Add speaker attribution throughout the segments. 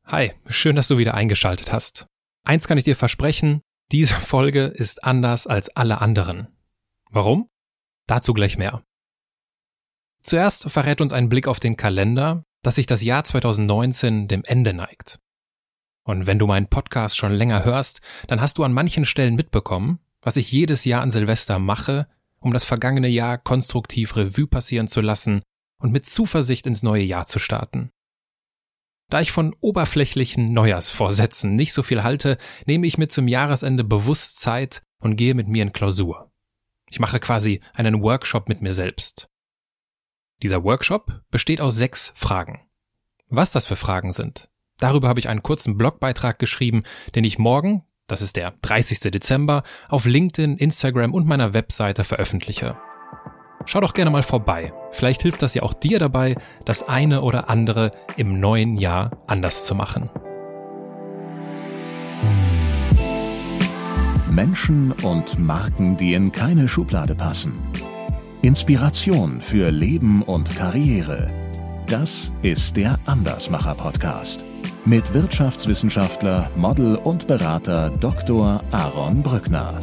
Speaker 1: Hi, schön, dass du wieder eingeschaltet hast. Eins kann ich dir versprechen, diese Folge ist anders als alle anderen. Warum? Dazu gleich mehr. Zuerst verrät uns ein Blick auf den Kalender, dass sich das Jahr 2019 dem Ende neigt. Und wenn du meinen Podcast schon länger hörst, dann hast du an manchen Stellen mitbekommen, was ich jedes Jahr an Silvester mache, um das vergangene Jahr konstruktiv Revue passieren zu lassen und mit Zuversicht ins neue Jahr zu starten. Da ich von oberflächlichen Neujahrsvorsätzen nicht so viel halte, nehme ich mir zum Jahresende bewusst Zeit und gehe mit mir in Klausur. Ich mache quasi einen Workshop mit mir selbst. Dieser Workshop besteht aus 6 Fragen. Was das für Fragen sind, darüber habe ich einen kurzen Blogbeitrag geschrieben, den ich morgen, das ist der 30. Dezember, auf LinkedIn, Instagram und meiner Webseite veröffentliche. Schau doch gerne mal vorbei. Vielleicht hilft das ja auch dir dabei, das eine oder andere im neuen Jahr anders zu machen.
Speaker 2: Menschen und Marken, die in keine Schublade passen. Inspiration für Leben und Karriere. Das ist der Andersmacher-Podcast. Mit Wirtschaftswissenschaftler, Model und Berater Dr. Aaron Brückner.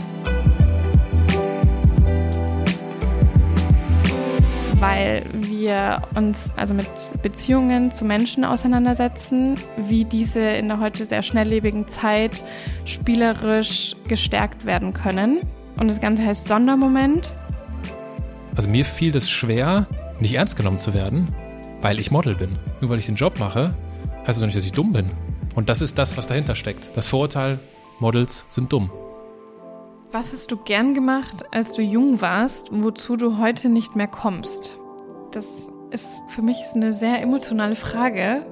Speaker 3: Weil wir uns also mit Beziehungen zu Menschen auseinandersetzen, wie diese in der heute sehr schnelllebigen Zeit spielerisch gestärkt werden können. Und das Ganze heißt Sondermoment.
Speaker 1: Also mir fiel es schwer, nicht ernst genommen zu werden, weil ich Model bin. Nur weil ich den Job mache, heißt das doch nicht, dass ich dumm bin. Und das ist das, was dahinter steckt. Das Vorurteil, Models sind dumm.
Speaker 3: Was hast du gern gemacht, als du jung warst, wozu du heute nicht mehr kommst? Das ist für mich eine sehr emotionale Frage.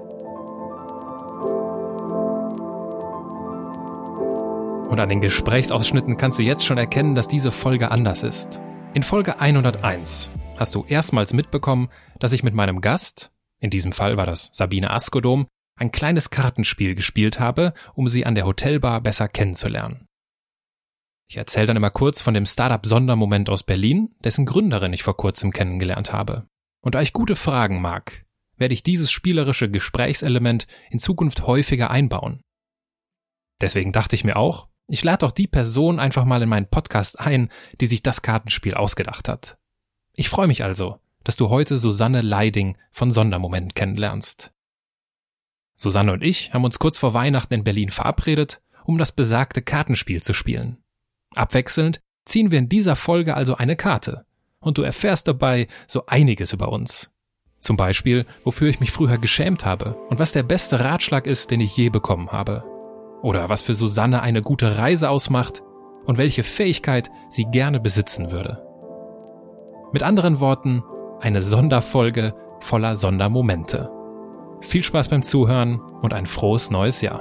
Speaker 1: Und an den Gesprächsausschnitten kannst du jetzt schon erkennen, dass diese Folge anders ist. In Folge 101 hast du erstmals mitbekommen, dass ich mit meinem Gast, in diesem Fall war das Sabine Askodom, ein kleines Kartenspiel gespielt habe, um sie an der Hotelbar besser kennenzulernen. Ich erzähle dann immer kurz von dem Startup-Sondermoment aus Berlin, dessen Gründerin ich vor kurzem kennengelernt habe. Und da ich gute Fragen mag, werde ich dieses spielerische Gesprächselement in Zukunft häufiger einbauen. Deswegen dachte ich mir auch, ich lade doch die Person einfach mal in meinen Podcast ein, die sich das Kartenspiel ausgedacht hat. Ich freue mich also, dass du heute Susanne Leiding von Sondermoment kennenlernst. Susanne und ich haben uns kurz vor Weihnachten in Berlin verabredet, um das besagte Kartenspiel zu spielen. Abwechselnd ziehen wir in dieser Folge also eine Karte und du erfährst dabei so einiges über uns. Zum Beispiel, wofür ich mich früher geschämt habe und was der beste Ratschlag ist, den ich je bekommen habe. Oder was für Susanne eine gute Reise ausmacht und welche Fähigkeit sie gerne besitzen würde. Mit anderen Worten, eine Sonderfolge voller Sondermomente. Viel Spaß beim Zuhören und ein frohes neues Jahr.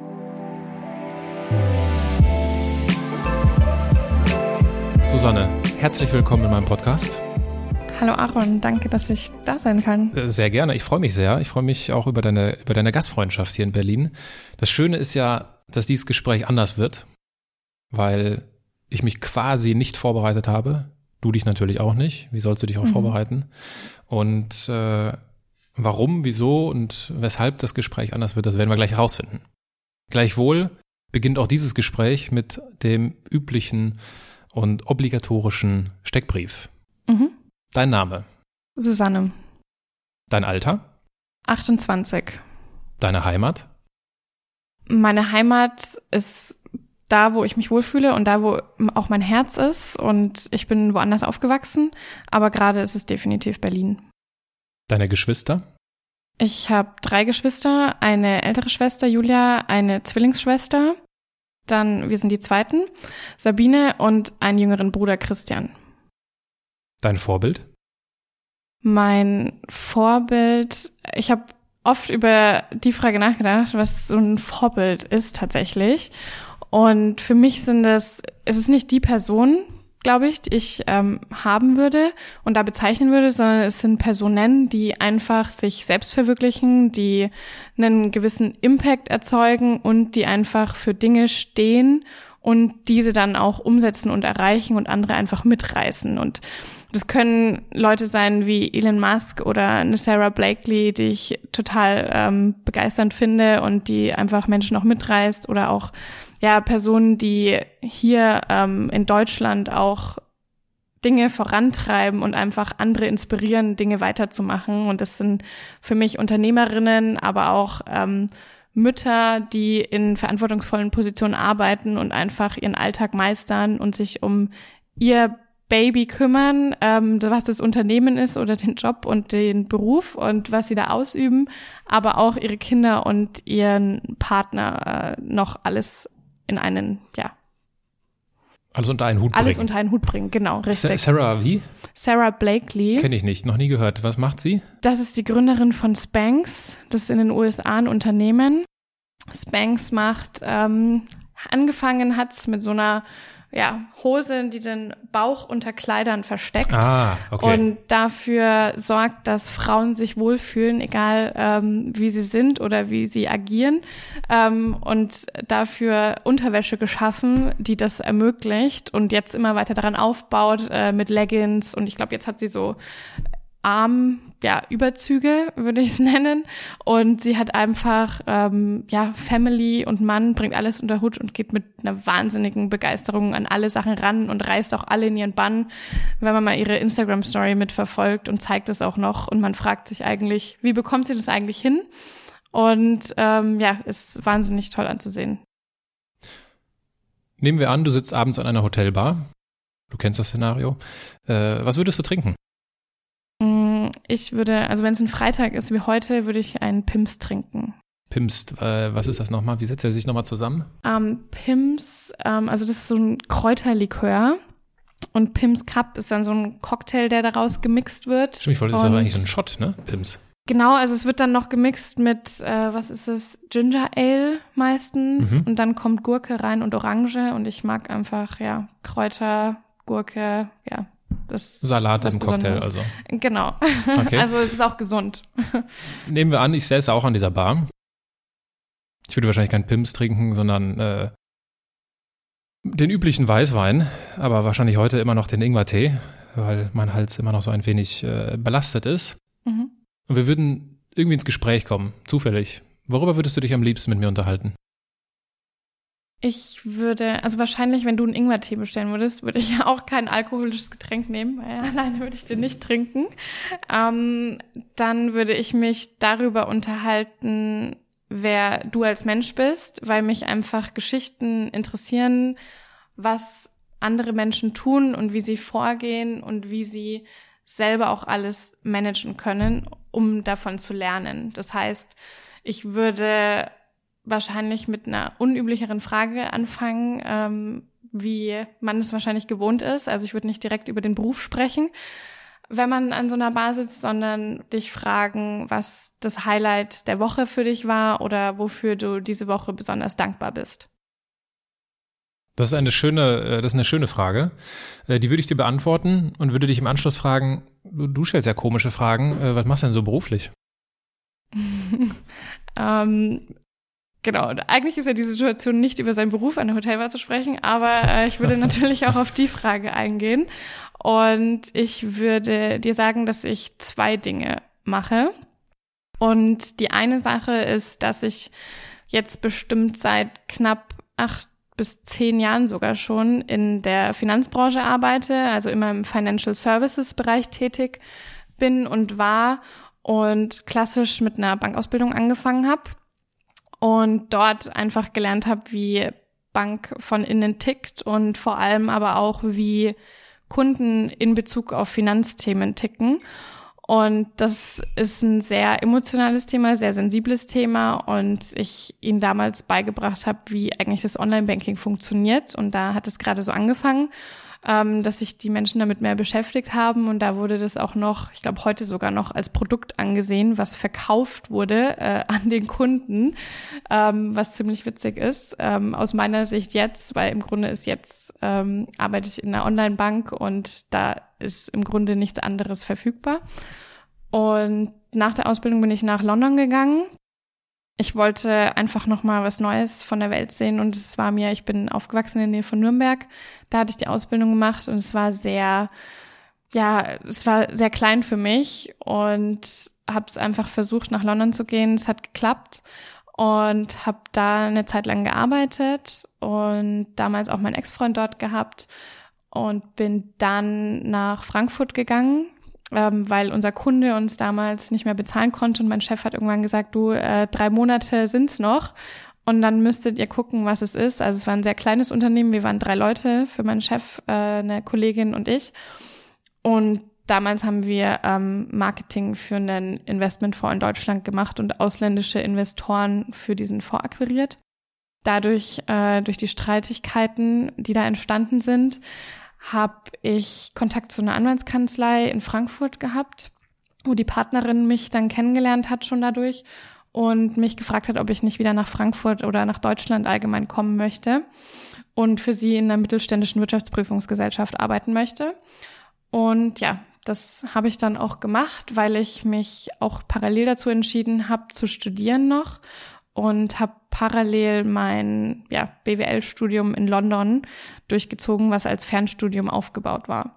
Speaker 1: Susanne, herzlich willkommen in meinem Podcast.
Speaker 3: Hallo Aaron, danke, dass ich da sein kann.
Speaker 1: Sehr gerne, ich freue mich sehr. Ich freue mich auch über deine Gastfreundschaft hier in Berlin. Das Schöne ist ja, dass dieses Gespräch anders wird, weil ich mich quasi nicht vorbereitet habe. Du dich natürlich auch nicht. Wie sollst du dich auch vorbereiten? Und warum, wieso und weshalb das Gespräch anders wird, das werden wir gleich herausfinden. Gleichwohl beginnt auch dieses Gespräch mit dem üblichen und obligatorischen Steckbrief. Dein Name?
Speaker 3: Susanne.
Speaker 1: Dein Alter?
Speaker 3: 28.
Speaker 1: Deine Heimat?
Speaker 3: Meine Heimat ist da, wo ich mich wohlfühle und da, wo auch mein Herz ist. Und ich bin woanders aufgewachsen, aber gerade ist es definitiv Berlin.
Speaker 1: Deine Geschwister?
Speaker 3: Ich habe 3 Geschwister, eine ältere Schwester, Julia, eine Zwillingsschwester. Dann, wir sind die Zweiten, Sabine und einen jüngeren Bruder, Christian.
Speaker 1: Dein Vorbild?
Speaker 3: Mein Vorbild, ich habe oft über die Frage nachgedacht, was so ein Vorbild ist tatsächlich. Und für mich es ist nicht die Person, glaube ich, die ich haben würde und da bezeichnen würde, sondern es sind Personen, die einfach sich selbst verwirklichen, die einen gewissen Impact erzeugen und die einfach für Dinge stehen und diese dann auch umsetzen und erreichen und andere einfach mitreißen. Und Das können Leute sein wie Elon Musk oder eine Sarah Blakely, die ich total begeisternd finde und die einfach Menschen auch mitreißt, oder auch Personen, die hier in Deutschland auch Dinge vorantreiben und einfach andere inspirieren, Dinge weiterzumachen. Und das sind für mich Unternehmerinnen, aber auch Mütter, die in verantwortungsvollen Positionen arbeiten und einfach ihren Alltag meistern und sich um ihr Baby kümmern, was das Unternehmen ist oder den Job und den Beruf und was sie da ausüben, aber auch ihre Kinder und ihren Partner noch alles in einen,
Speaker 1: alles unter einen Hut bringen.
Speaker 3: Alles unter einen Hut bringen, genau, richtig.
Speaker 1: Sarah wie?
Speaker 3: Sarah Blakely.
Speaker 1: Kenne ich nicht, noch nie gehört. Was macht sie?
Speaker 3: Das ist die Gründerin von Spanx. Das ist in den USA ein Unternehmen. Spanx macht, angefangen hat's mit so einer Hose, die den Bauch unter Kleidern versteckt.
Speaker 1: Okay.
Speaker 3: Und dafür sorgt, dass Frauen sich wohlfühlen, egal wie sie sind oder wie sie agieren. Und dafür Unterwäsche geschaffen, die das ermöglicht und jetzt immer weiter daran aufbaut mit Leggings. Und ich glaube, jetzt hat sie so Überzüge, würde ich es nennen. Und sie hat einfach, Family und Mann, bringt alles unter Hut und geht mit einer wahnsinnigen Begeisterung an alle Sachen ran und reißt auch alle in ihren Bann, wenn man mal ihre Instagram-Story mitverfolgt, und zeigt es auch noch. Und man fragt sich eigentlich, wie bekommt sie das eigentlich hin? Und ist wahnsinnig toll anzusehen.
Speaker 1: Nehmen wir an, du sitzt abends an einer Hotelbar. Du kennst das Szenario. Was würdest du trinken?
Speaker 3: Ich würde, also wenn es ein Freitag ist wie heute, würde ich einen Pims trinken.
Speaker 1: Pims, was ist das nochmal? Wie setzt er sich nochmal zusammen?
Speaker 3: Pims, also das ist so ein Kräuterlikör. Und Pims Cup ist dann so ein Cocktail, der daraus gemixt wird.
Speaker 1: Stimmt, das ist doch eigentlich so ein Shot, ne? Pims.
Speaker 3: Genau, also es wird dann noch gemixt mit, Ginger Ale meistens. Und dann kommt Gurke rein und Orange. Und ich mag einfach, Kräuter, Gurke, das
Speaker 1: Salat im Cocktail, also.
Speaker 3: Genau.
Speaker 1: Okay.
Speaker 3: Also es ist auch gesund.
Speaker 1: Nehmen wir an, ich säße auch an dieser Bar. Ich würde wahrscheinlich keinen Pims trinken, sondern den üblichen Weißwein, aber wahrscheinlich heute immer noch den Ingwertee, weil mein Hals immer noch so ein wenig belastet ist. Und wir würden irgendwie ins Gespräch kommen, zufällig. Worüber würdest du dich am liebsten mit mir unterhalten?
Speaker 3: Ich würde, also wahrscheinlich, wenn du einen Ingwertee bestellen würdest, würde ich auch kein alkoholisches Getränk nehmen, weil alleine würde ich den nicht trinken. Dann würde ich mich darüber unterhalten, wer du als Mensch bist, weil mich einfach Geschichten interessieren, was andere Menschen tun und wie sie vorgehen und wie sie selber auch alles managen können, um davon zu lernen. Das heißt, ich würde wahrscheinlich mit einer unüblicheren Frage anfangen, wie man es wahrscheinlich gewohnt ist. Also ich würde nicht direkt über den Beruf sprechen, wenn man an so einer Bar sitzt, sondern dich fragen, was das Highlight der Woche für dich war oder wofür du diese Woche besonders dankbar bist.
Speaker 1: Das ist eine schöne Frage. Die würde ich dir beantworten und würde dich im Anschluss fragen, du stellst ja komische Fragen, was machst du denn so beruflich? Genau, eigentlich ist ja die Situation, nicht über seinen Beruf an der Hotelbar zu sprechen, aber ich würde natürlich auch auf die Frage eingehen. Und ich würde dir sagen, dass ich 2 Dinge mache. Und die eine Sache ist, dass ich jetzt bestimmt seit knapp 8 bis 10 Jahren sogar schon in der Finanzbranche arbeite, also immer im Financial Services Bereich tätig bin und war und klassisch mit einer Bankausbildung angefangen habe. Und dort einfach gelernt habe, wie Bank von innen tickt und vor allem aber auch, wie Kunden in Bezug auf Finanzthemen ticken. Und das ist ein sehr emotionales Thema, sehr sensibles Thema und ich ihnen damals beigebracht habe, wie eigentlich das Online-Banking funktioniert. Und da hat es gerade so angefangen, dass sich die Menschen damit mehr beschäftigt haben und da wurde das auch noch, ich glaube heute sogar noch als Produkt angesehen, was verkauft wurde an den Kunden, was ziemlich witzig ist. Aus meiner Sicht jetzt, weil im Grunde ist jetzt, arbeite ich in einer Online-Bank und da ist im Grunde nichts anderes verfügbar. Und nach der Ausbildung bin ich nach London gegangen. Ich wollte einfach nochmal was Neues von der Welt sehen und es war ich bin aufgewachsen in der Nähe von Nürnberg, da hatte ich die Ausbildung gemacht und es war sehr
Speaker 3: es war sehr klein für mich und habe es einfach versucht, nach London zu gehen. Es hat geklappt und habe da eine Zeit lang gearbeitet und damals auch meinen Ex-Freund dort gehabt und bin dann nach Frankfurt gegangen, weil unser Kunde uns damals nicht mehr bezahlen konnte und mein Chef hat irgendwann gesagt, 3 Monate sind's noch und dann müsstet ihr gucken, was es ist. Also es war ein sehr kleines Unternehmen, wir waren 3 Leute, für meinen Chef, eine Kollegin und ich. Und damals haben wir Marketing für einen Investmentfonds in Deutschland gemacht und ausländische Investoren für diesen Fonds akquiriert. Dadurch, durch die Streitigkeiten, die da entstanden sind, habe ich Kontakt zu einer Anwaltskanzlei in Frankfurt gehabt, wo die Partnerin mich dann kennengelernt hat schon dadurch und mich gefragt hat, ob ich nicht wieder nach Frankfurt oder nach Deutschland allgemein kommen möchte und für sie in einer mittelständischen Wirtschaftsprüfungsgesellschaft arbeiten möchte. Und ja, das habe ich dann auch gemacht, weil ich mich auch parallel dazu entschieden habe, zu studieren noch und habe parallel mein BWL-Studium in London durchgezogen, was als Fernstudium aufgebaut war.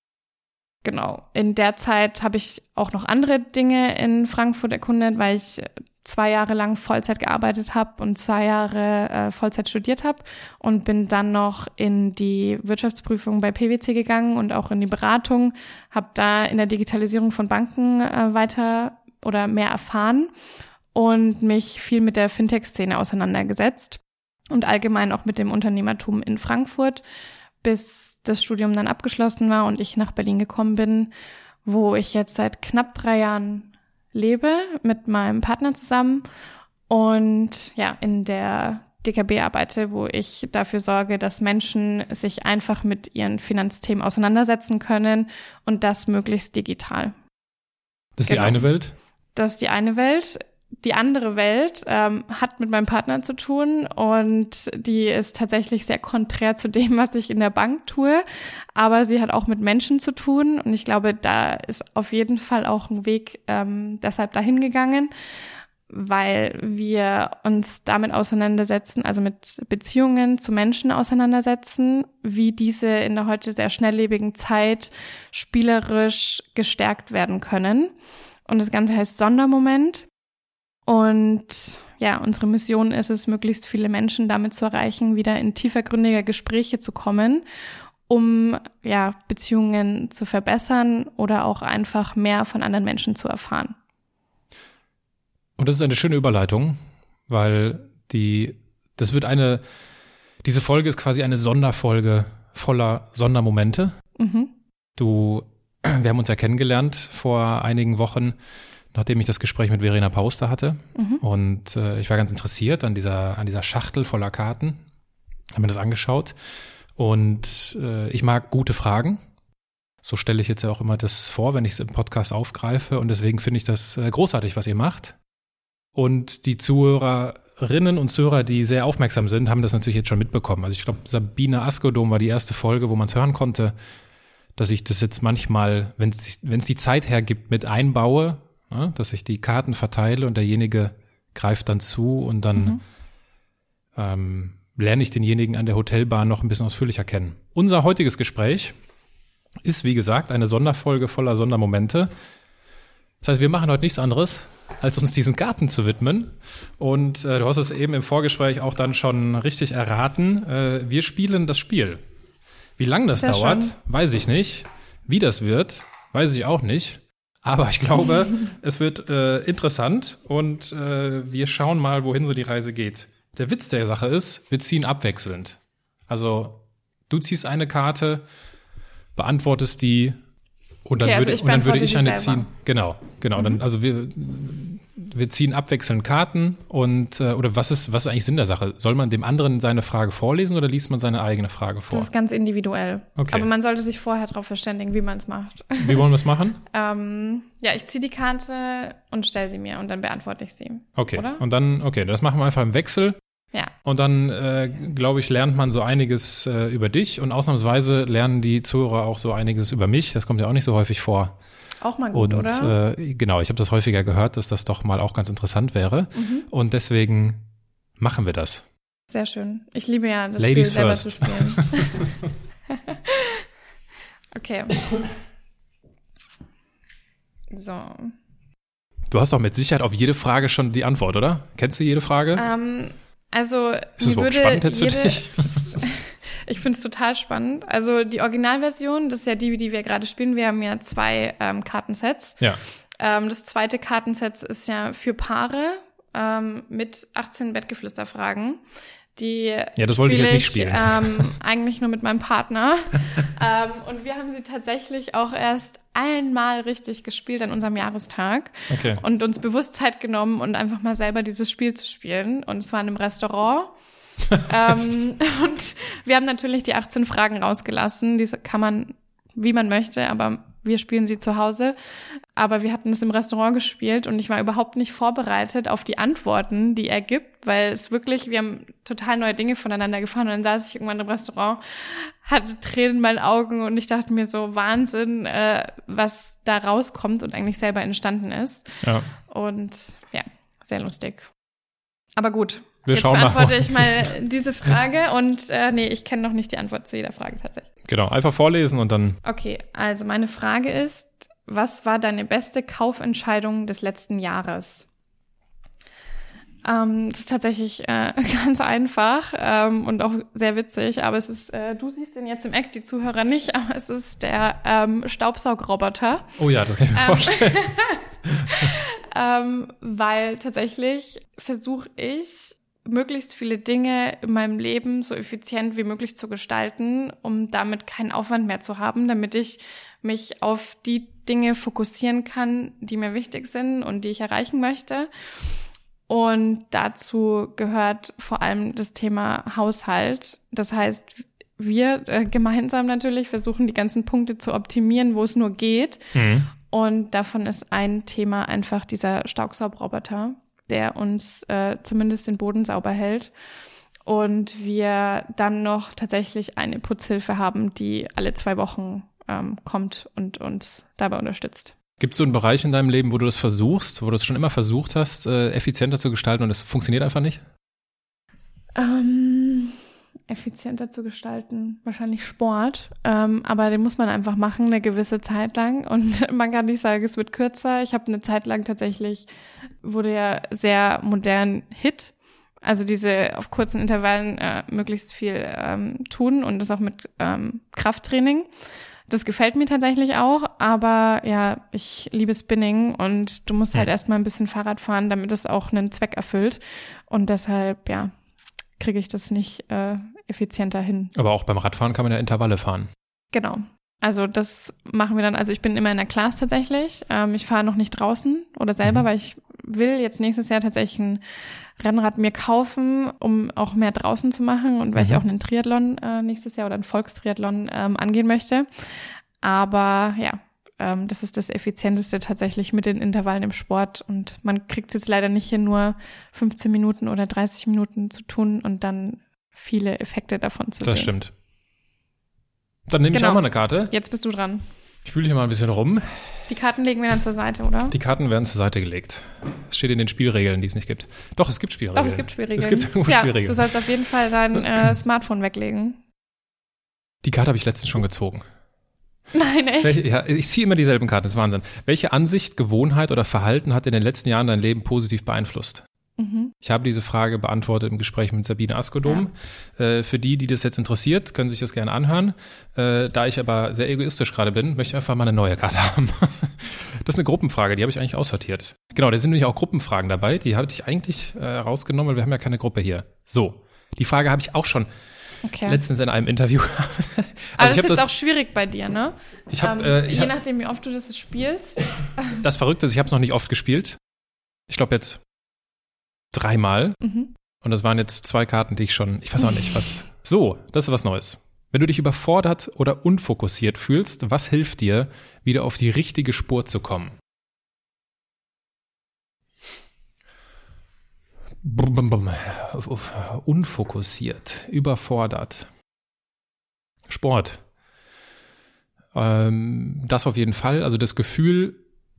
Speaker 3: Genau. In der Zeit habe ich auch noch andere Dinge in Frankfurt erkundet, weil ich 2 Jahre lang Vollzeit gearbeitet habe und 2 Jahre Vollzeit studiert habe und bin dann noch in die Wirtschaftsprüfung bei PwC gegangen und auch in die Beratung, habe da in der Digitalisierung von Banken weiter oder mehr erfahren und mich viel mit der Fintech-Szene auseinandergesetzt und allgemein auch mit dem Unternehmertum in Frankfurt, bis das Studium dann abgeschlossen war und ich nach Berlin gekommen bin, wo ich jetzt seit knapp 3 Jahren lebe mit meinem Partner zusammen und in der DKB arbeite, wo ich dafür sorge, dass Menschen sich einfach mit ihren Finanzthemen auseinandersetzen können und das möglichst digital.
Speaker 1: Das ist die eine Welt?
Speaker 3: Das ist die eine Welt. Die andere Welt hat mit meinem Partner zu tun und die ist tatsächlich sehr konträr zu dem, was ich in der Bank tue. Aber sie hat auch mit Menschen zu tun und ich glaube, da ist auf jeden Fall auch ein Weg deshalb dahin gegangen, weil wir uns damit auseinandersetzen, also mit Beziehungen zu Menschen auseinandersetzen, wie diese in der heute sehr schnelllebigen Zeit spielerisch gestärkt werden können. Und das Ganze heißt Sondermoment. Und unsere Mission ist es, möglichst viele Menschen damit zu erreichen, wieder in tiefergründige Gespräche zu kommen, um Beziehungen zu verbessern oder auch einfach mehr von anderen Menschen zu erfahren.
Speaker 1: Und das ist eine schöne Überleitung, weil diese Folge ist quasi eine Sonderfolge voller Sondermomente. Mhm. Wir haben uns ja kennengelernt vor einigen Wochen, nachdem ich das Gespräch mit Verena Pauster hatte. Mhm. Und ich war ganz interessiert an dieser Schachtel voller Karten, habe mir das angeschaut. Und ich mag gute Fragen. So stelle ich jetzt ja auch immer das vor, wenn ich es im Podcast aufgreife. Und deswegen finde ich das großartig, was ihr macht. Und die Zuhörerinnen und Zuhörer, die sehr aufmerksam sind, haben das natürlich jetzt schon mitbekommen. Also ich glaube, Sabine Askodom war die erste Folge, wo man es hören konnte, dass ich das jetzt manchmal, wenn es die Zeit hergibt, mit einbaue, dass ich die Karten verteile und derjenige greift dann zu und dann lerne ich denjenigen an der Hotelbar noch ein bisschen ausführlicher kennen. Unser heutiges Gespräch ist, wie gesagt, eine Sonderfolge voller Sondermomente. Das heißt, wir machen heute nichts anderes, als uns diesen Karten zu widmen. Und du hast es eben im Vorgespräch auch dann schon richtig erraten. Wir spielen das Spiel. Wie lang das dauert, weiß ich nicht. Wie das wird, weiß ich auch nicht. Aber ich glaube, es wird interessant und wir schauen mal, wohin so die Reise geht. Der Witz der Sache ist, wir ziehen abwechselnd. Also du ziehst eine Karte, beantwortest die und dann würde ich eine ziehen. Genau. Dann, also wir ziehen abwechselnd Karten und oder was ist eigentlich Sinn der Sache? Soll man dem anderen seine Frage vorlesen oder liest man seine eigene Frage vor?
Speaker 3: Das ist ganz individuell.
Speaker 1: Okay.
Speaker 3: Aber man sollte sich vorher darauf verständigen, wie man es macht.
Speaker 1: Wie wollen wir es machen?
Speaker 3: Ich ziehe die Karte und stelle sie mir und dann beantworte ich sie.
Speaker 1: Okay.
Speaker 3: Oder?
Speaker 1: Und dann, das machen wir einfach im Wechsel.
Speaker 3: Ja.
Speaker 1: Und dann, glaube ich, lernt man so einiges über dich und ausnahmsweise lernen die Zuhörer auch so einiges über mich. Das kommt ja auch nicht so häufig vor.
Speaker 3: Auch mal gut,
Speaker 1: und,
Speaker 3: oder?
Speaker 1: Genau, ich habe das häufiger gehört, dass das doch mal auch ganz interessant wäre. Mhm. Und deswegen machen wir das.
Speaker 3: Sehr schön. Ich liebe ja das
Speaker 1: Ladies
Speaker 3: Spiel
Speaker 1: first.
Speaker 3: selber zu spielen. Okay. So.
Speaker 1: Du hast doch mit Sicherheit auf jede Frage schon die Antwort, oder? Kennst du jede Frage?
Speaker 3: Also
Speaker 1: ist das überhaupt spannend jetzt für dich?
Speaker 3: Ich finde es total spannend. Also die Originalversion, das ist ja die wir gerade spielen. Wir haben ja 2 Kartensets.
Speaker 1: Ja.
Speaker 3: Das zweite Kartenset ist ja für Paare mit 18 Bettgeflüsterfragen.
Speaker 1: Das wollte ich jetzt nicht spielen.
Speaker 3: Eigentlich nur mit meinem Partner. Und wir haben sie tatsächlich auch erst einmal richtig gespielt an unserem Jahrestag.
Speaker 1: Okay.
Speaker 3: Und uns bewusst Zeit genommen und einfach mal selber dieses Spiel zu spielen. Und es war in einem Restaurant. Und wir haben natürlich die 18 Fragen rausgelassen. Diese kann man, wie man möchte, aber wir spielen sie zu Hause. Aber wir hatten es im Restaurant gespielt und ich war überhaupt nicht vorbereitet auf die Antworten, die er gibt, weil es wirklich, wir haben total neue Dinge voneinander gefahren und dann saß ich irgendwann im Restaurant, hatte Tränen in meinen Augen und ich dachte mir so, Wahnsinn, was da rauskommt und eigentlich selber entstanden ist.
Speaker 1: Ja.
Speaker 3: Und ja, sehr lustig. Aber gut.
Speaker 1: Wir
Speaker 3: Jetzt
Speaker 1: schauen
Speaker 3: beantworte ich mal diese Frage und ich kenne noch nicht die Antwort zu jeder Frage tatsächlich.
Speaker 1: Genau, einfach vorlesen und dann.
Speaker 3: Okay, also meine Frage ist, was war deine beste Kaufentscheidung des letzten Jahres? Das ist tatsächlich ganz einfach und auch sehr witzig, aber es ist, du siehst den jetzt im Eck, die Zuhörer nicht, aber es ist der Staubsaugroboter.
Speaker 1: Oh ja, das kann ich mir vorstellen.
Speaker 3: Weil tatsächlich versuche ich, möglichst viele Dinge in meinem Leben so effizient wie möglich zu gestalten, um damit keinen Aufwand mehr zu haben, damit ich mich auf die Dinge fokussieren kann, die mir wichtig sind und die ich erreichen möchte. Und dazu gehört vor allem das Thema Haushalt. Das heißt, wir gemeinsam natürlich versuchen, die ganzen Punkte zu optimieren, wo es nur geht. Mhm. Und davon ist ein Thema einfach dieser Staubsaugroboter, der uns zumindest den Boden sauber hält. Und wir dann noch tatsächlich eine Putzhilfe haben, die alle 2 Wochen kommt und uns dabei unterstützt.
Speaker 1: Gibt es so einen Bereich in deinem Leben, wo du das versuchst, wo du es schon immer versucht hast, effizienter zu gestalten und es funktioniert einfach nicht?
Speaker 3: Effizienter zu gestalten, wahrscheinlich Sport, aber den muss man einfach machen, eine gewisse Zeit lang und man kann nicht sagen, es wird kürzer. Ich habe eine Zeit lang tatsächlich, wurde ja sehr modern Hit, also diese auf kurzen Intervallen möglichst viel tun und das auch mit Krafttraining. Das gefällt mir tatsächlich auch, aber ja, ich liebe Spinning und du musst halt erstmal ein bisschen Fahrrad fahren, damit es auch einen Zweck erfüllt und deshalb, ja, kriege ich das nicht effizienter hin.
Speaker 1: Aber auch beim Radfahren kann man ja Intervalle fahren.
Speaker 3: Genau. Also das machen wir dann, also ich bin immer in der Class tatsächlich. Ich fahre noch nicht draußen oder selber, weil ich will jetzt nächstes Jahr tatsächlich ein Rennrad mir kaufen, um auch mehr draußen zu machen und weil ich auch einen Triathlon nächstes Jahr oder einen Volkstriathlon angehen möchte. Aber ja, das ist das Effizienteste tatsächlich mit den Intervallen im Sport und man kriegt es jetzt leider nicht hin, nur 15 Minuten oder 30 Minuten zu tun und dann viele Effekte davon zu sehen.
Speaker 1: Das stimmt. Dann nehme ich auch mal eine Karte.
Speaker 3: Jetzt bist du dran.
Speaker 1: Ich fühle hier mal ein bisschen rum.
Speaker 3: Die Karten legen wir dann zur Seite, oder?
Speaker 1: Die Karten werden zur Seite gelegt. Es steht in den Spielregeln, die es nicht gibt. Doch, es gibt Spielregeln.
Speaker 3: Doch, es gibt Spielregeln.
Speaker 1: Es gibt Spielregeln.
Speaker 3: Du sollst auf jeden Fall dein Smartphone weglegen.
Speaker 1: Die Karte habe ich letztens schon gezogen.
Speaker 3: Nein, echt?
Speaker 1: Ich ziehe immer dieselben Karten, das ist Wahnsinn. Welche Ansicht, Gewohnheit oder Verhalten hat in den letzten Jahren dein Leben positiv beeinflusst? Ich habe diese Frage beantwortet im Gespräch mit Sabine Askodom. Ja. Für die das jetzt interessiert, können sich das gerne anhören. Da ich aber sehr egoistisch gerade bin, möchte ich einfach mal eine neue Karte haben. Das ist eine Gruppenfrage, die habe ich eigentlich aussortiert. Genau, da sind nämlich auch Gruppenfragen dabei. Die habe ich eigentlich rausgenommen, weil wir haben ja keine Gruppe hier. So, die Frage habe ich auch schon letztens in einem Interview.
Speaker 3: Aber das ist jetzt auch schwierig bei dir, ne?
Speaker 1: Je
Speaker 3: nachdem, wie oft du das spielst.
Speaker 1: Das Verrückte ist, ich habe es noch nicht oft gespielt. Ich glaube jetzt 3-mal. Und das waren jetzt 2 Karten, die ich weiß auch nicht, was. So, das ist was Neues. Wenn du dich überfordert oder unfokussiert fühlst, was hilft dir, wieder auf die richtige Spur zu kommen? Unfokussiert, überfordert. Sport. Das auf jeden Fall. Also das Gefühl,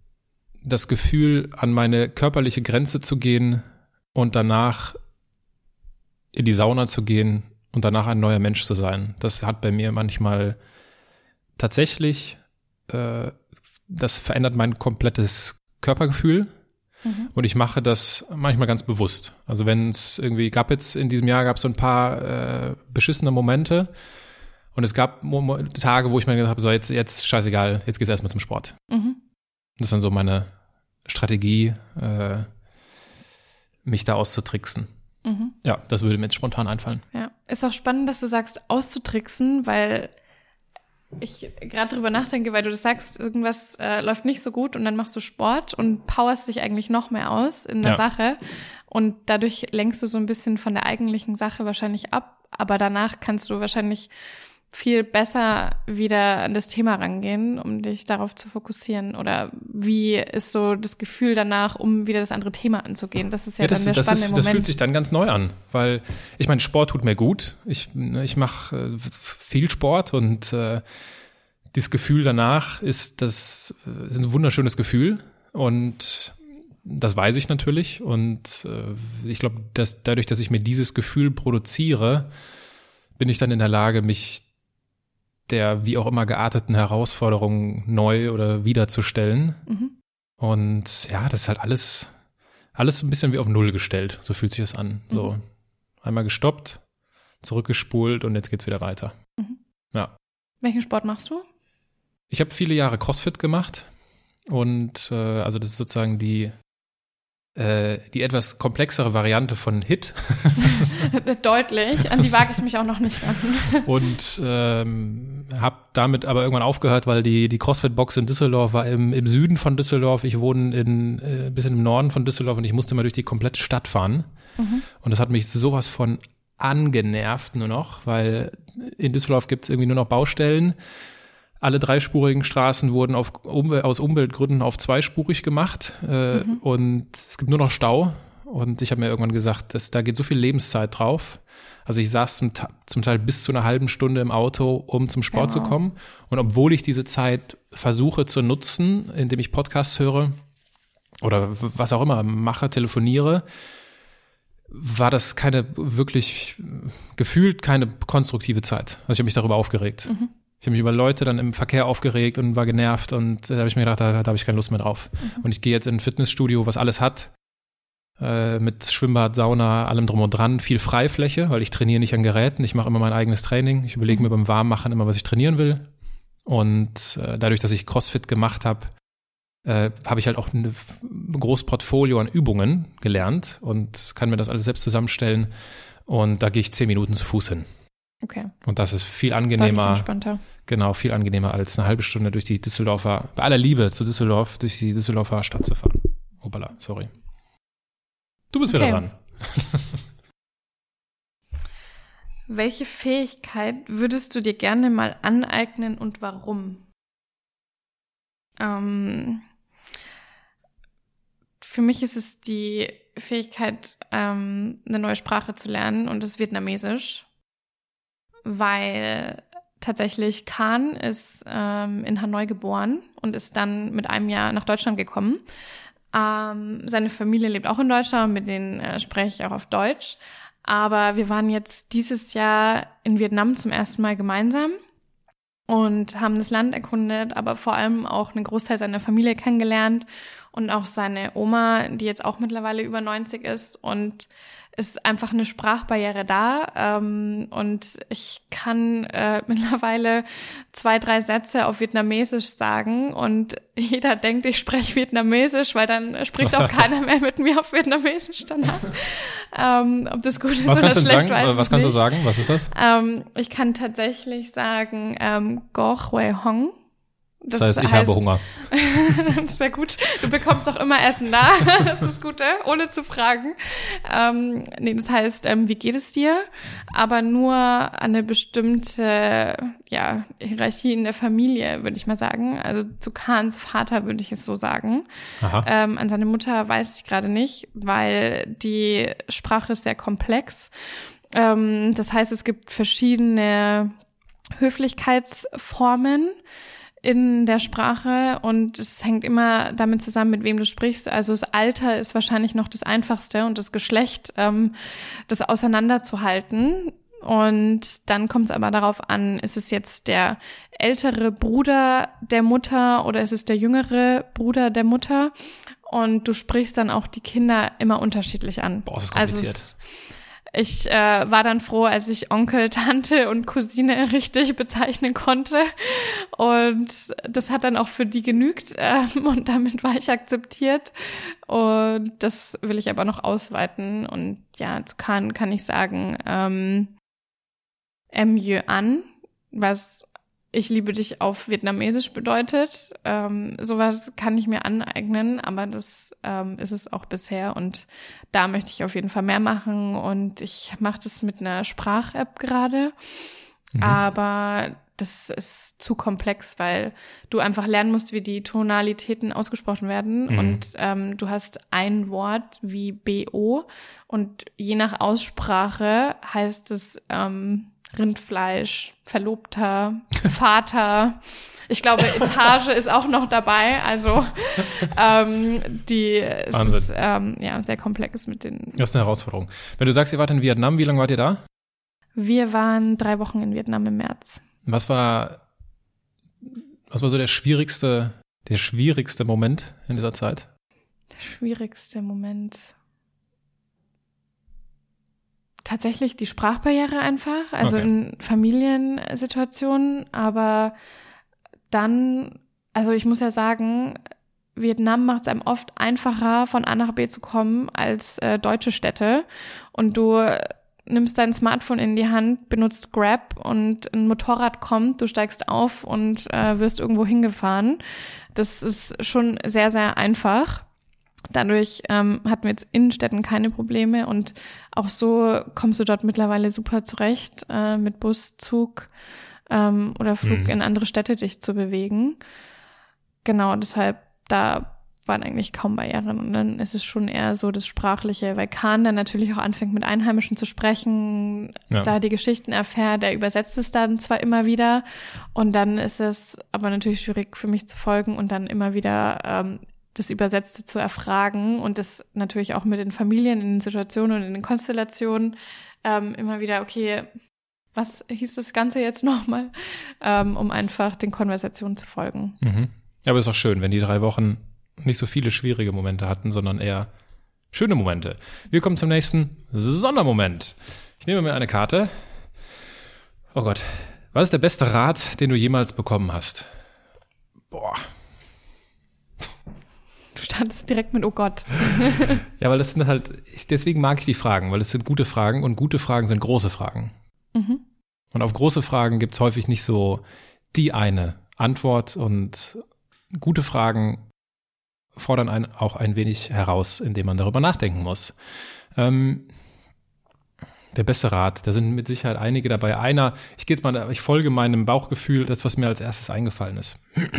Speaker 1: an meine körperliche Grenze zu gehen und danach in die Sauna zu gehen und danach ein neuer Mensch zu sein. Das hat bei mir manchmal tatsächlich das verändert mein komplettes Körpergefühl. Und ich mache das manchmal ganz bewusst. Also wenn es irgendwie gab jetzt in diesem Jahr gab es so ein paar beschissene Momente und es gab Tage, wo ich mir gedacht habe, so jetzt scheißegal, jetzt geht's erstmal zum Sport. Das ist dann so meine Strategie, mich da auszutricksen. Ja, das würde mir jetzt spontan einfallen.
Speaker 3: Ja, ist auch spannend, dass du sagst, auszutricksen, weil ich gerade drüber nachdenke, weil du das sagst, irgendwas läuft nicht so gut und dann machst du Sport und powerst dich eigentlich noch mehr aus in der Sache und dadurch lenkst du so ein bisschen von der eigentlichen Sache wahrscheinlich ab, aber danach kannst du wahrscheinlich viel besser wieder an das Thema rangehen, um dich darauf zu fokussieren, oder wie ist so das Gefühl danach, um wieder das andere Thema anzugehen? Das ist ja dann der spannende Moment.
Speaker 1: Das fühlt sich dann ganz neu an, weil ich meine, Sport tut mir gut. Ich mache viel Sport und dieses Gefühl danach ist ein wunderschönes Gefühl und das weiß ich natürlich und ich glaube, dass dadurch, dass ich mir dieses Gefühl produziere, bin ich dann in der Lage, mich der wie auch immer gearteten Herausforderungen neu oder wiederzustellen. Und ja, das ist halt alles ein bisschen wie auf Null gestellt. So fühlt sich das an. So einmal gestoppt, zurückgespult und jetzt geht's wieder weiter. Ja.
Speaker 3: Welchen Sport machst du?
Speaker 1: Ich habe viele Jahre CrossFit gemacht und also das ist sozusagen die etwas komplexere Variante von HIIT.
Speaker 3: Deutlich, an die wage ich mich auch noch nicht ran.
Speaker 1: Und habe damit aber irgendwann aufgehört, weil die CrossFit-Box in Düsseldorf war im Süden von Düsseldorf. Ich wohne ein bisschen im Norden von Düsseldorf und ich musste mal durch die komplette Stadt fahren. Und das hat mich sowas von angenervt nur noch, weil in Düsseldorf gibt es irgendwie nur noch Baustellen. Alle dreispurigen Straßen wurden aus Umweltgründen auf zweispurig gemacht und es gibt nur noch Stau. Und ich habe mir irgendwann gesagt, da geht so viel Lebenszeit drauf. Also ich saß zum Teil bis zu einer halben Stunde im Auto, um zum Sport zu kommen. Und obwohl ich diese Zeit versuche zu nutzen, indem ich Podcasts höre oder was auch immer mache, telefoniere, war das gefühlt keine konstruktive Zeit. Also ich habe mich darüber aufgeregt. Ich habe mich über Leute dann im Verkehr aufgeregt und war genervt und da habe ich mir gedacht, da habe ich keine Lust mehr drauf. Und ich gehe jetzt in ein Fitnessstudio, was alles hat, mit Schwimmbad, Sauna, allem drum und dran, viel Freifläche, weil ich trainiere nicht an Geräten, ich mache immer mein eigenes Training. Ich überlege mir beim Warmmachen immer, was ich trainieren will. Und dadurch, dass ich CrossFit gemacht habe, habe ich halt auch ein großes Portfolio an Übungen gelernt und kann mir das alles selbst zusammenstellen. Und da gehe ich 10 Minuten zu Fuß hin.
Speaker 3: Okay.
Speaker 1: Und das ist viel angenehmer.
Speaker 3: Entspannter.
Speaker 1: Genau, viel angenehmer als eine halbe Stunde durch die Düsseldorfer, bei aller Liebe zu Düsseldorf, durch die Düsseldorfer Stadt zu fahren. Hoppala, sorry. Du bist wieder dran.
Speaker 3: Welche Fähigkeit würdest du dir gerne mal aneignen und warum? Für mich ist es die Fähigkeit, eine neue Sprache zu lernen und das ist Vietnamesisch. Weil tatsächlich Khan ist in Hanoi geboren und ist dann mit einem Jahr nach Deutschland gekommen. Seine Familie lebt auch in Deutschland und mit denen spreche ich auch auf Deutsch. Aber wir waren jetzt dieses Jahr in Vietnam zum ersten Mal gemeinsam und haben das Land erkundet, aber vor allem auch einen Großteil seiner Familie kennengelernt und auch seine Oma, die jetzt auch mittlerweile über 90 ist, und es ist einfach eine Sprachbarriere da und ich kann mittlerweile 2, 3 Sätze auf Vietnamesisch sagen und jeder denkt, ich spreche Vietnamesisch, weil dann spricht auch keiner mehr mit mir auf Vietnamesisch danach. Ob das gut ist oder schlecht, weiß ich nicht.
Speaker 1: Was kannst du sagen? Was ist das?
Speaker 3: Ich kann tatsächlich sagen Go Hue Hong.
Speaker 1: Das heißt, ich habe Hunger.
Speaker 3: Das ist sehr gut. Du bekommst doch immer Essen da. Das ist das Gute, ohne zu fragen. Das heißt, wie geht es dir? Aber nur an eine bestimmte Hierarchie in der Familie, würde ich mal sagen. Also zu Khans Vater würde ich es so sagen. An seine Mutter weiß ich gerade nicht, weil die Sprache ist sehr komplex. Das heißt, es gibt verschiedene Höflichkeitsformen in der Sprache und es hängt immer damit zusammen, mit wem du sprichst. Also das Alter ist wahrscheinlich noch das Einfachste und das Geschlecht, das auseinanderzuhalten. Und dann kommt es aber darauf an, ist es jetzt der ältere Bruder der Mutter oder ist es der jüngere Bruder der Mutter? Und du sprichst dann auch die Kinder immer unterschiedlich an.
Speaker 1: Boah, das ist kompliziert.
Speaker 3: Also ich war dann froh, als ich Onkel, Tante und Cousine richtig bezeichnen konnte. Und das hat dann auch für die genügt. Und damit war ich akzeptiert. Und das will ich aber noch ausweiten. Und ja, zu Kahn kann ich sagen, Mieux an, was ich liebe dich auf Vietnamesisch bedeutet. Sowas kann ich mir aneignen, aber das ist es auch bisher und da möchte ich auf jeden Fall mehr machen und ich mache das mit einer Sprach-App gerade, aber das ist zu komplex, weil du einfach lernen musst, wie die Tonalitäten ausgesprochen werden und du hast ein Wort wie BO und je nach Aussprache heißt es Rindfleisch, Verlobter, Vater. Ich glaube, Etage ist auch noch dabei. Also es ist sehr komplex mit den.
Speaker 1: Das ist eine Herausforderung. Wenn du sagst, ihr wart in Vietnam, wie lange wart ihr da?
Speaker 3: Wir waren 3 Wochen in Vietnam im März.
Speaker 1: Was war so der schwierigste Moment in dieser Zeit?
Speaker 3: Der schwierigste Moment. Tatsächlich die Sprachbarriere einfach, also in Familiensituationen, aber dann, also ich muss ja sagen, Vietnam macht es einem oft einfacher, von A nach B zu kommen, als deutsche Städte und du nimmst dein Smartphone in die Hand, benutzt Grab und ein Motorrad kommt, du steigst auf und wirst irgendwo hingefahren. Das ist schon sehr, sehr einfach. Dadurch hatten wir jetzt in Städten keine Probleme und auch so kommst du dort mittlerweile super zurecht, mit Bus, Zug oder Flug in andere Städte dich zu bewegen. Genau, deshalb, da waren eigentlich kaum Barrieren und dann ist es schon eher so das Sprachliche, weil Kahn dann natürlich auch anfängt mit Einheimischen zu sprechen, da die Geschichten erfährt, der übersetzt es dann zwar immer wieder und dann ist es aber natürlich schwierig für mich zu folgen und dann immer wieder das Übersetzte zu erfragen und das natürlich auch mit den Familien in den Situationen und in den Konstellationen immer wieder, okay, was hieß das Ganze jetzt nochmal, um einfach den Konversationen zu folgen.
Speaker 1: Ja, aber ist auch schön, wenn die 3 Wochen nicht so viele schwierige Momente hatten, sondern eher schöne Momente. Wir kommen zum nächsten Sondermoment. Ich nehme mir eine Karte. Oh Gott, was ist der beste Rat, den du jemals bekommen hast? Boah.
Speaker 3: Du startest direkt mit, oh Gott.
Speaker 1: Ja, weil das sind halt, deswegen mag ich die Fragen, weil es sind gute Fragen und gute Fragen sind große Fragen. Und auf große Fragen gibt es häufig nicht so die eine Antwort und gute Fragen fordern einen auch ein wenig heraus, indem man darüber nachdenken muss. Der beste Rat, da sind mit Sicherheit einige dabei. Ich folge meinem Bauchgefühl, das, was mir als erstes eingefallen ist.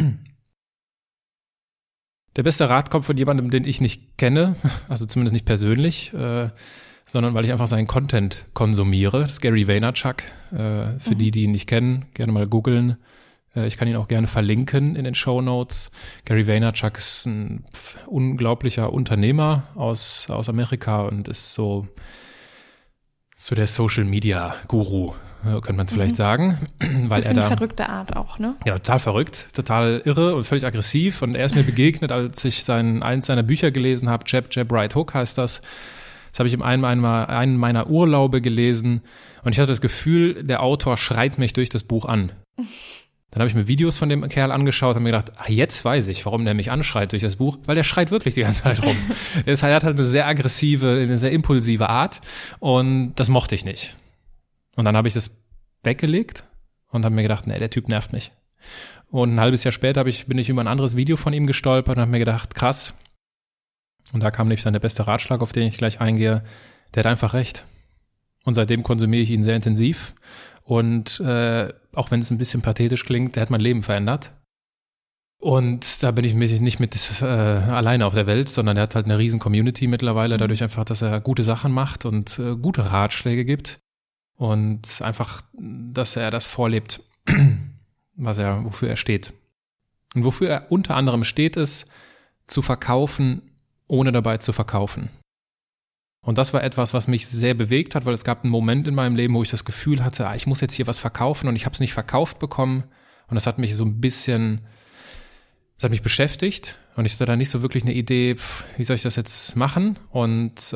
Speaker 1: Der beste Rat kommt von jemandem, den ich nicht kenne, also zumindest nicht persönlich, sondern weil ich einfach seinen Content konsumiere. Das ist Gary Vaynerchuk. Für die ihn nicht kennen, gerne mal googeln. Ich kann ihn auch gerne verlinken in den Shownotes. Gary Vaynerchuk ist ein unglaublicher Unternehmer aus Amerika und ist so der Social-Media-Guru, könnte man es vielleicht sagen. Weil
Speaker 3: bisschen verrückte Art auch, ne?
Speaker 1: Ja, total verrückt, total irre und völlig aggressiv. Und er ist mir begegnet, als ich eins seiner Bücher gelesen habe, Jab, Right Hook heißt das. Das habe ich in einem meiner Urlaube gelesen. Und ich hatte das Gefühl, der Autor schreit mich durch das Buch an. Dann habe ich mir Videos von dem Kerl angeschaut und mir gedacht, jetzt weiß ich, warum der mich anschreit durch das Buch, weil der schreit wirklich die ganze Zeit rum. Er hat halt eine sehr aggressive, eine sehr impulsive Art und das mochte ich nicht. Und dann habe ich das weggelegt und habe mir gedacht, nee, der Typ nervt mich. Und ein halbes Jahr später bin ich über ein anderes Video von ihm gestolpert und habe mir gedacht, krass. Und da kam nämlich dann der beste Ratschlag, auf den ich gleich eingehe. Der hat einfach recht. Und seitdem konsumiere ich ihn sehr intensiv. Und auch wenn es ein bisschen pathetisch klingt, der hat mein Leben verändert. Und da bin ich nicht mit alleine auf der Welt, sondern er hat halt eine riesen Community mittlerweile, dadurch einfach, dass er gute Sachen macht und gute Ratschläge gibt. Und einfach, dass er das vorlebt, wofür er steht. Und wofür er unter anderem steht, ist, zu verkaufen, ohne dabei zu verkaufen. Und das war etwas, was mich sehr bewegt hat, weil es gab einen Moment in meinem Leben, wo ich das Gefühl hatte, ich muss jetzt hier was verkaufen und ich habe es nicht verkauft bekommen. Und das hat mich so ein bisschen, das hat mich beschäftigt und ich hatte da nicht so wirklich eine Idee, wie soll ich das jetzt machen? Und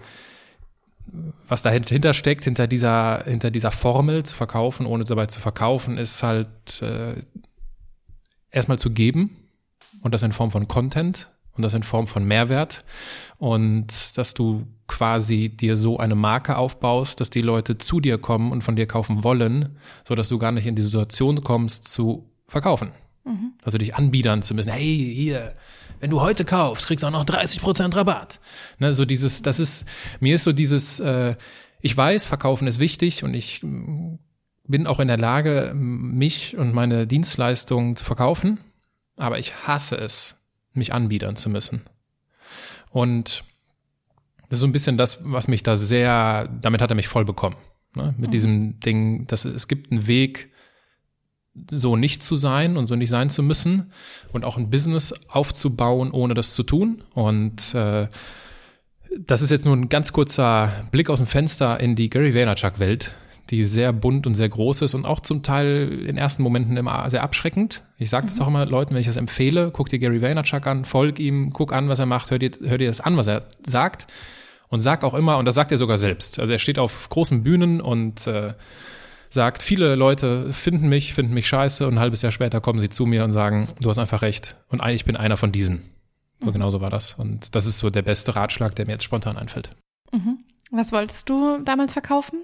Speaker 1: was dahinter steckt, hinter dieser Formel zu verkaufen, ohne dabei zu verkaufen, ist halt erstmal zu geben und das in Form von Content und das in Form von Mehrwert und dass du quasi dir so eine Marke aufbaust, dass die Leute zu dir kommen und von dir kaufen wollen, so dass du gar nicht in die Situation kommst zu verkaufen. Also dich anbiedern zu müssen. Hey, hier, wenn du heute kaufst, kriegst du auch noch 30% Rabatt. Ne, so dieses, mir ist so dieses, ich weiß, verkaufen ist wichtig und ich bin auch in der Lage, mich und meine Dienstleistungen zu verkaufen, aber ich hasse es, mich anbiedern zu müssen. Und das ist so ein bisschen das, was mich da damit hat er mich voll bekommen. Ne? Mit diesem Ding, es gibt einen Weg, so nicht zu sein und so nicht sein zu müssen und auch ein Business aufzubauen, ohne das zu tun. Und das ist jetzt nur ein ganz kurzer Blick aus dem Fenster in die Gary Vaynerchuk-Welt, die sehr bunt und sehr groß ist und auch zum Teil in ersten Momenten immer sehr abschreckend. Ich sage das auch immer Leuten, wenn ich das empfehle, guck dir Gary Vaynerchuk an, folg ihm, guck an, was er macht, hör dir das an, was er sagt und sag auch immer, und das sagt er sogar selbst, also er steht auf großen Bühnen und sagt, viele Leute finden mich scheiße und ein halbes Jahr später kommen sie zu mir und sagen, du hast einfach recht und ich bin einer von diesen. So genau so war das und das ist so der beste Ratschlag, der mir jetzt spontan einfällt.
Speaker 3: Was wolltest du damals verkaufen?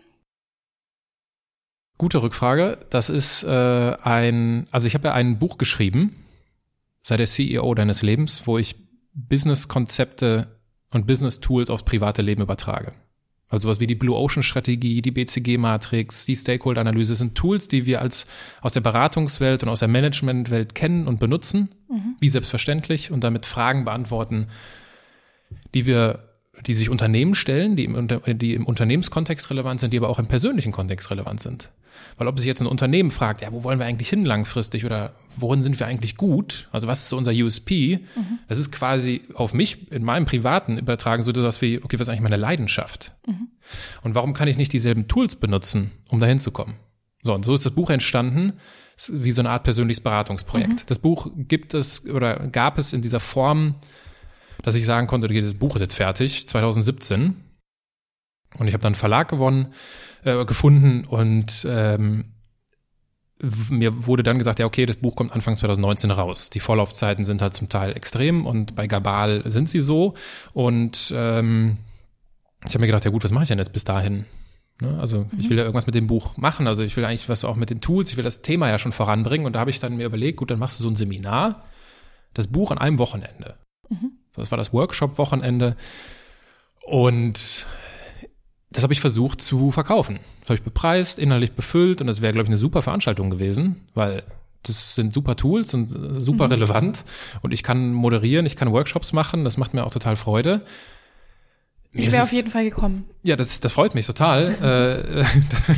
Speaker 1: Gute Rückfrage. Das ist also ich habe ja ein Buch geschrieben, sei der CEO deines Lebens, wo ich Business-Konzepte und Business-Tools aufs private Leben übertrage. Also sowas wie die Blue Ocean Strategie, die BCG-Matrix, die Stakeholder-Analyse sind Tools, die wir aus der Beratungswelt und aus der Managementwelt kennen und benutzen, wie selbstverständlich, und damit Fragen beantworten, die sich Unternehmen stellen, die im Unternehmenskontext relevant sind, die aber auch im persönlichen Kontext relevant sind. Weil ob sich jetzt ein Unternehmen fragt, ja, wo wollen wir eigentlich hin langfristig oder worin sind wir eigentlich gut? Also was ist so unser USP? Das ist quasi auf mich in meinem Privaten übertragen, so dass wie, okay, was ist eigentlich meine Leidenschaft? Und warum kann ich nicht dieselben Tools benutzen, um da hinzukommen? So, und so ist das Buch entstanden, wie so eine Art persönliches Beratungsprojekt. Das Buch gab es in dieser Form, dass ich sagen konnte, okay, das Buch ist jetzt fertig, 2017. Und ich habe dann einen Verlag gefunden und mir wurde dann gesagt, ja okay, das Buch kommt Anfang 2019 raus. Die Vorlaufzeiten sind halt zum Teil extrem und bei Gabal sind sie so. Und ich habe mir gedacht, ja gut, was mache ich denn jetzt bis dahin? Ne? Also ich will ja irgendwas mit dem Buch machen, also ich will eigentlich was auch mit den Tools, ich will das Thema ja schon voranbringen. Und da habe ich dann mir überlegt, gut, dann machst du so ein Seminar, das Buch an einem Wochenende. Das war das Workshop-Wochenende und das habe ich versucht zu verkaufen. Das habe ich bepreist, inhaltlich befüllt und das wäre, glaube ich, eine super Veranstaltung gewesen, weil das sind super Tools und super relevant und ich kann moderieren, ich kann Workshops machen, das macht mir auch total Freude.
Speaker 3: Ich wäre auf jeden Fall gekommen.
Speaker 1: Ja, das freut mich total.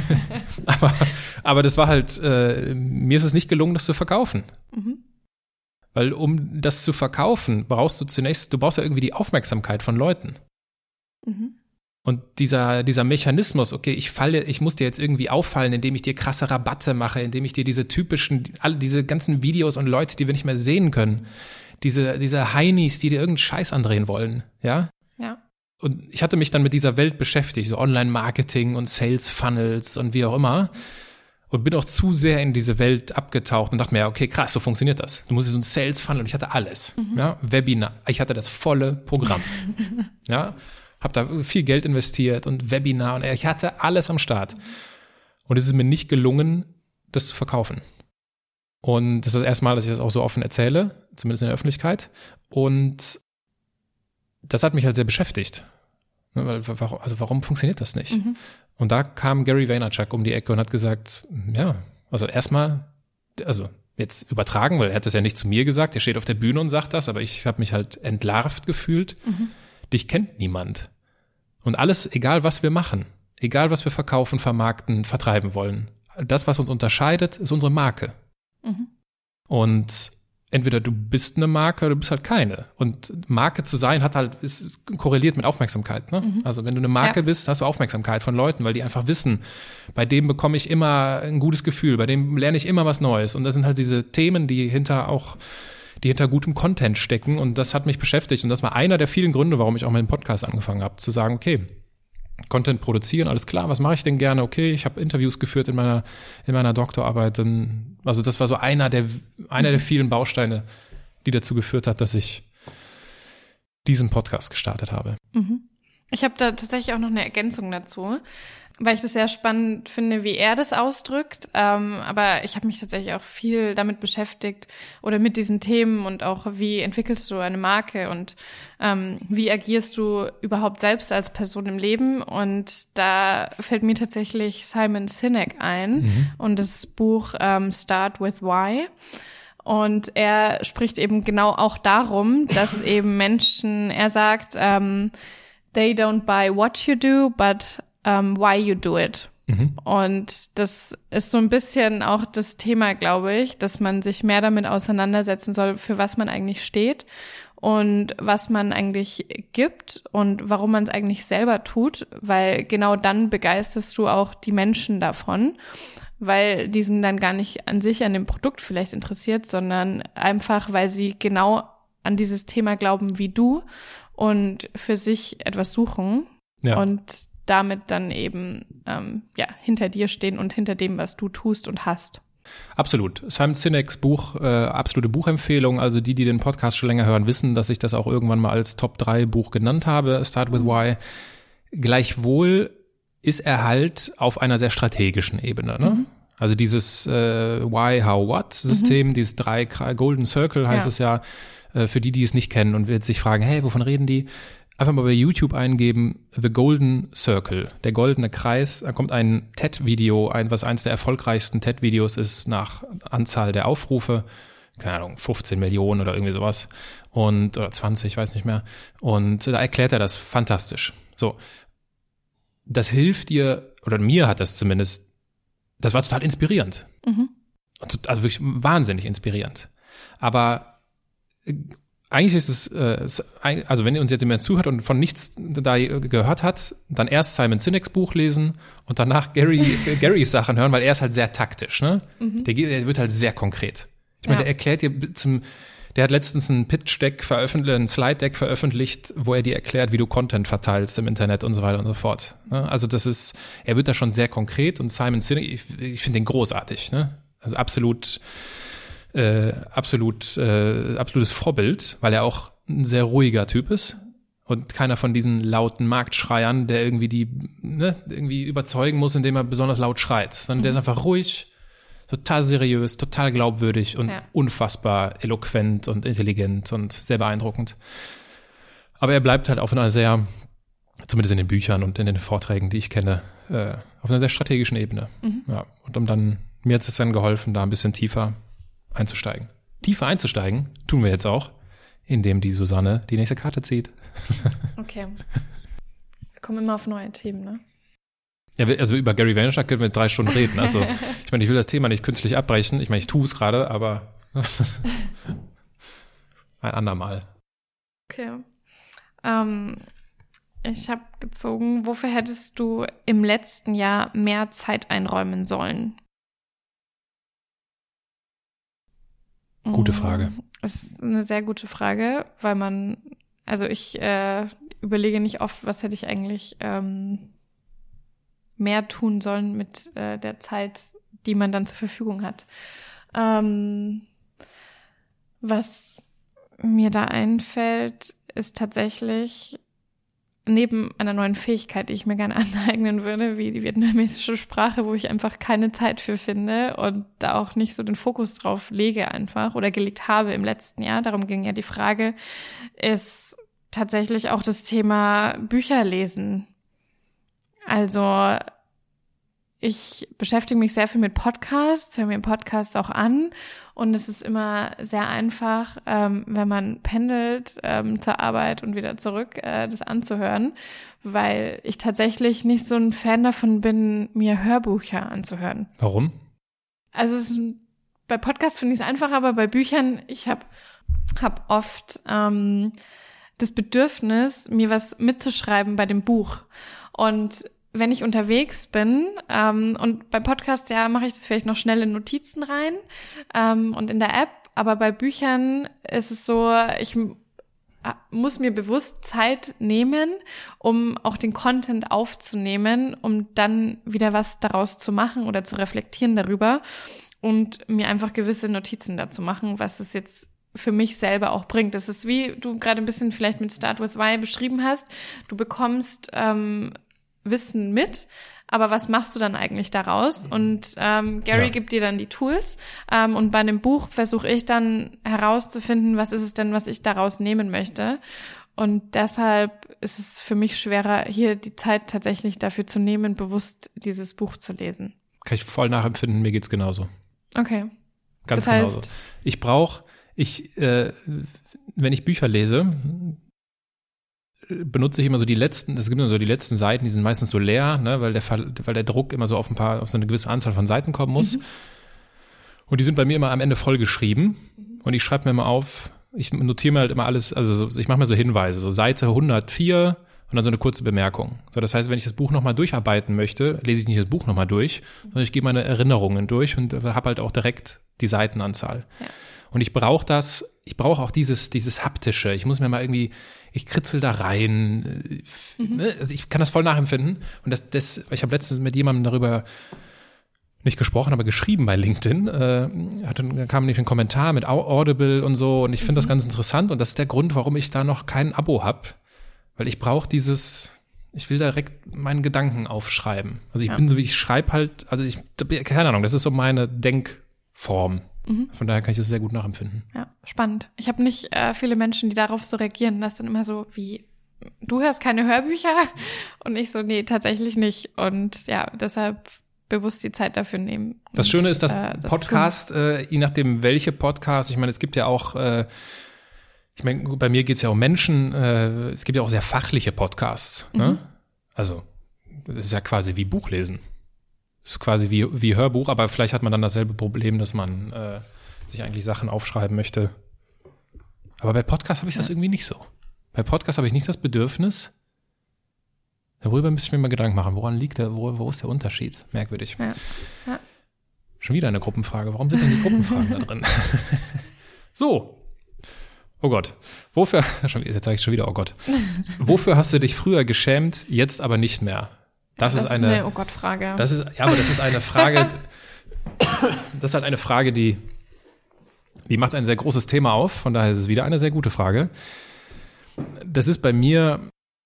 Speaker 1: aber das war halt, mir ist es nicht gelungen, das zu verkaufen. Weil um das zu verkaufen, brauchst du ja irgendwie die Aufmerksamkeit von Leuten. Und dieser Mechanismus, okay, ich muss dir jetzt irgendwie auffallen, indem ich dir krasse Rabatte mache, indem ich dir diese ganzen Videos und Leute, die wir nicht mehr sehen können, diese Heinis, die dir irgendeinen Scheiß andrehen wollen, ja?
Speaker 3: Ja.
Speaker 1: Und ich hatte mich dann mit dieser Welt beschäftigt, so Online-Marketing und Sales-Funnels und wie auch immer. Und bin auch zu sehr in diese Welt abgetaucht und dachte mir, ja, okay, krass, so funktioniert das. Du musst so ein Sales-Funnel und ich hatte alles. Ja, Webinar, ich hatte das volle Programm. Ja, habe da viel Geld investiert und Webinar und ich hatte alles am Start. Und es ist mir nicht gelungen, das zu verkaufen. Und das ist das erste Mal, dass ich das auch so offen erzähle, zumindest in der Öffentlichkeit. Und das hat mich halt sehr beschäftigt. Warum funktioniert das nicht? Und da kam Gary Vaynerchuk um die Ecke und hat gesagt, ja, also erstmal, also jetzt übertragen, weil er hat das ja nicht zu mir gesagt, er steht auf der Bühne und sagt das, aber ich habe mich halt entlarvt gefühlt. Dich kennt niemand. Und alles, egal was wir machen, egal was wir verkaufen, vermarkten, vertreiben wollen, das, was uns unterscheidet, ist unsere Marke. Und entweder du bist eine Marke oder du bist halt keine. Und Marke zu sein ist korreliert mit Aufmerksamkeit. Ne? Also wenn du eine Marke bist, hast du Aufmerksamkeit von Leuten, weil die einfach wissen, bei dem bekomme ich immer ein gutes Gefühl, bei dem lerne ich immer was Neues. Und das sind halt diese Themen, die hinter gutem Content stecken. Und das hat mich beschäftigt. Und das war einer der vielen Gründe, warum ich auch mit dem Podcast angefangen habe, zu sagen, okay, Content produzieren, alles klar, was mache ich denn gerne? Okay, ich habe Interviews geführt in meiner Doktorarbeit. Also das war so einer der vielen Bausteine, die dazu geführt hat, dass ich diesen Podcast gestartet habe.
Speaker 3: Ich habe da tatsächlich auch noch eine Ergänzung dazu, weil ich das sehr spannend finde, wie er das ausdrückt. Aber ich habe mich tatsächlich auch viel damit beschäftigt oder mit diesen Themen und auch, wie entwickelst du eine Marke und wie agierst du überhaupt selbst als Person im Leben. Und da fällt mir tatsächlich Simon Sinek ein und das Buch Start with Why. Und er spricht eben genau auch darum, dass eben Menschen, er sagt, they don't buy what you do, but why you do it. Und das ist so ein bisschen auch das Thema, glaube ich, dass man sich mehr damit auseinandersetzen soll, für was man eigentlich steht und was man eigentlich gibt und warum man es eigentlich selber tut, weil genau dann begeisterst du auch die Menschen davon, weil die sind dann gar nicht an sich an dem Produkt vielleicht interessiert, sondern einfach, weil sie genau an dieses Thema glauben wie du und für sich etwas suchen und damit dann eben hinter dir stehen und hinter dem, was du tust und hast.
Speaker 1: Absolut. Simon Sineks Buch, absolute Buchempfehlung. Also die den Podcast schon länger hören, wissen, dass ich das auch irgendwann mal als Top-3 Buch genannt habe, Start with Why. Gleichwohl ist er halt auf einer sehr strategischen Ebene. Ne? Also dieses Why, How, What-System, dieses 3 Golden Circle heißt es ja, für die es nicht kennen und sich fragen, hey, wovon reden die? Einfach mal bei YouTube eingeben, The Golden Circle, der goldene Kreis. Da kommt ein TED-Video, was eins der erfolgreichsten TED-Videos ist nach Anzahl der Aufrufe. Keine Ahnung, 15 Millionen oder irgendwie sowas. Oder 20, ich weiß nicht mehr. Und da erklärt er das fantastisch. So. Das hilft dir, oder mir hat das zumindest, das war total inspirierend. Also wirklich wahnsinnig inspirierend. Aber eigentlich ist es, also wenn ihr uns jetzt jemand zuhört und von nichts da gehört hat, dann erst Simon Sineks Buch lesen und danach Garys Sachen hören, weil er ist halt sehr taktisch, ne? Der wird halt sehr konkret. Ich meine, der erklärt dir der hat letztens ein Pitch-Deck ein Slide-Deck veröffentlicht, wo er dir erklärt, wie du Content verteilst im Internet und so weiter und so fort. Also er wird da schon sehr konkret und Simon Sinek, ich finde den großartig, ne? Also absolutes Vorbild, weil er auch ein sehr ruhiger Typ ist und keiner von diesen lauten Marktschreiern, der irgendwie irgendwie überzeugen muss, indem er besonders laut schreit, sondern der ist einfach ruhig, total seriös, total glaubwürdig und unfassbar eloquent und intelligent und sehr beeindruckend. Aber er bleibt halt auf einer sehr, zumindest in den Büchern und in den Vorträgen, die ich kenne, auf einer sehr strategischen Ebene. Ja, und mir hat es dann geholfen, da ein bisschen tiefer einzusteigen. Tiefer einzusteigen tun wir jetzt auch, indem die Susanne die nächste Karte zieht.
Speaker 3: Okay. Wir kommen immer auf neue Themen, ne?
Speaker 1: Ja, also über Gary Vaynerchuk können wir 3 Stunden reden. Also ich meine, ich will das Thema nicht künstlich abbrechen. Ich meine, ich tue es gerade, aber ein andermal.
Speaker 3: Okay. Ich habe gezogen, wofür hättest du im letzten Jahr mehr Zeit einräumen sollen?
Speaker 1: Gute Frage.
Speaker 3: Das ist eine sehr gute Frage, weil ich überlege nicht oft, was hätte ich eigentlich mehr tun sollen mit der Zeit, die man dann zur Verfügung hat. Was mir da einfällt, ist tatsächlich neben einer neuen Fähigkeit, die ich mir gerne aneignen würde, wie die vietnamesische Sprache, wo ich einfach keine Zeit für finde und da auch nicht so den Fokus drauf lege einfach oder gelegt habe im letzten Jahr. Darum ging ja die Frage, ist tatsächlich auch das Thema Bücher lesen. Also ich beschäftige mich sehr viel mit Podcasts, höre mir Podcasts auch an und es ist immer sehr einfach, wenn man pendelt zur Arbeit und wieder zurück, das anzuhören, weil ich tatsächlich nicht so ein Fan davon bin, mir Hörbücher anzuhören.
Speaker 1: Warum?
Speaker 3: Also es ist ein bei Podcasts finde ich es einfacher, aber bei Büchern, ich habe oft das Bedürfnis, mir was mitzuschreiben bei dem Buch. Und wenn ich unterwegs bin, und bei Podcasts, ja, mache ich das vielleicht noch schnell in Notizen rein und in der App, aber bei Büchern ist es so, ich muss mir bewusst Zeit nehmen, um auch den Content aufzunehmen, um dann wieder was daraus zu machen oder zu reflektieren darüber und mir einfach gewisse Notizen dazu machen, was es jetzt für mich selber auch bringt. Das ist, wie du gerade ein bisschen vielleicht mit Start with Why beschrieben hast. Du bekommst Wissen mit, aber was machst du dann eigentlich daraus? Und Gary gibt dir dann die Tools und bei einem Buch versuche ich dann herauszufinden, was ist es denn, was ich daraus nehmen möchte. Und deshalb ist es für mich schwerer, hier die Zeit tatsächlich dafür zu nehmen, bewusst dieses Buch zu lesen.
Speaker 1: Kann ich voll nachempfinden, mir geht's genauso.
Speaker 3: Okay.
Speaker 1: Ganz genauso. Wenn ich Bücher lese, benutze ich immer so die letzten, es gibt immer so die letzten Seiten, die sind meistens so leer, ne, weil der Druck immer so auf so eine gewisse Anzahl von Seiten kommen muss. Und die sind bei mir immer am Ende voll geschrieben. Und ich schreibe mir immer auf, ich notiere mir halt immer alles, also ich mache mir so Hinweise, so Seite 104 und dann so eine kurze Bemerkung. So, das heißt, wenn ich das Buch nochmal durcharbeiten möchte, lese ich nicht das Buch nochmal durch, sondern ich gehe meine Erinnerungen durch und habe halt auch direkt die Seitenanzahl. Ja. Und ich brauche auch dieses Haptische. Ich muss mir mal irgendwie, ich kritzel da rein. Also ich kann das voll nachempfinden. Und ich habe letztens mit jemandem darüber nicht gesprochen, aber geschrieben bei LinkedIn. Da kam nämlich ein Kommentar mit Audible und so. Und ich finde das ganz interessant. Und das ist der Grund, warum ich da noch kein Abo habe. Weil ich brauche ich will direkt meinen Gedanken aufschreiben. Also ich schreibe halt, keine Ahnung, das ist so meine Denkform. Von daher kann ich das sehr gut nachempfinden.
Speaker 3: Ja, spannend. Ich habe nicht viele Menschen, die darauf so reagieren. Das ist dann immer so wie, du hörst keine Hörbücher? Und ich so, nee, tatsächlich nicht. Und ja, deshalb bewusst die Zeit dafür nehmen.
Speaker 1: Das Schöne ist, dass Podcast, je nachdem welche Podcast, ich meine, es gibt ja auch, ich meine, bei mir geht's ja um Menschen, es gibt ja auch sehr fachliche Podcasts. Ne? Also, das ist ja quasi wie Buchlesen. Ist quasi wie Hörbuch, aber vielleicht hat man dann dasselbe Problem, dass man sich eigentlich Sachen aufschreiben möchte. Aber bei Podcast habe ich das irgendwie nicht so. Bei Podcast habe ich nicht das Bedürfnis. Darüber müsste ich mir mal Gedanken machen. Woran liegt wo ist der Unterschied? Merkwürdig. Ja. Schon wieder eine Gruppenfrage. Warum sind denn die Gruppenfragen da drin? So. Oh Gott. Jetzt sage ich schon wieder, oh Gott. Wofür hast du dich früher geschämt, jetzt aber nicht mehr? Das ist eine oh Gott Frage. Aber das ist eine Frage. Das ist halt eine Frage, die macht ein sehr großes Thema auf. Von daher ist es wieder eine sehr gute Frage. Das ist bei mir,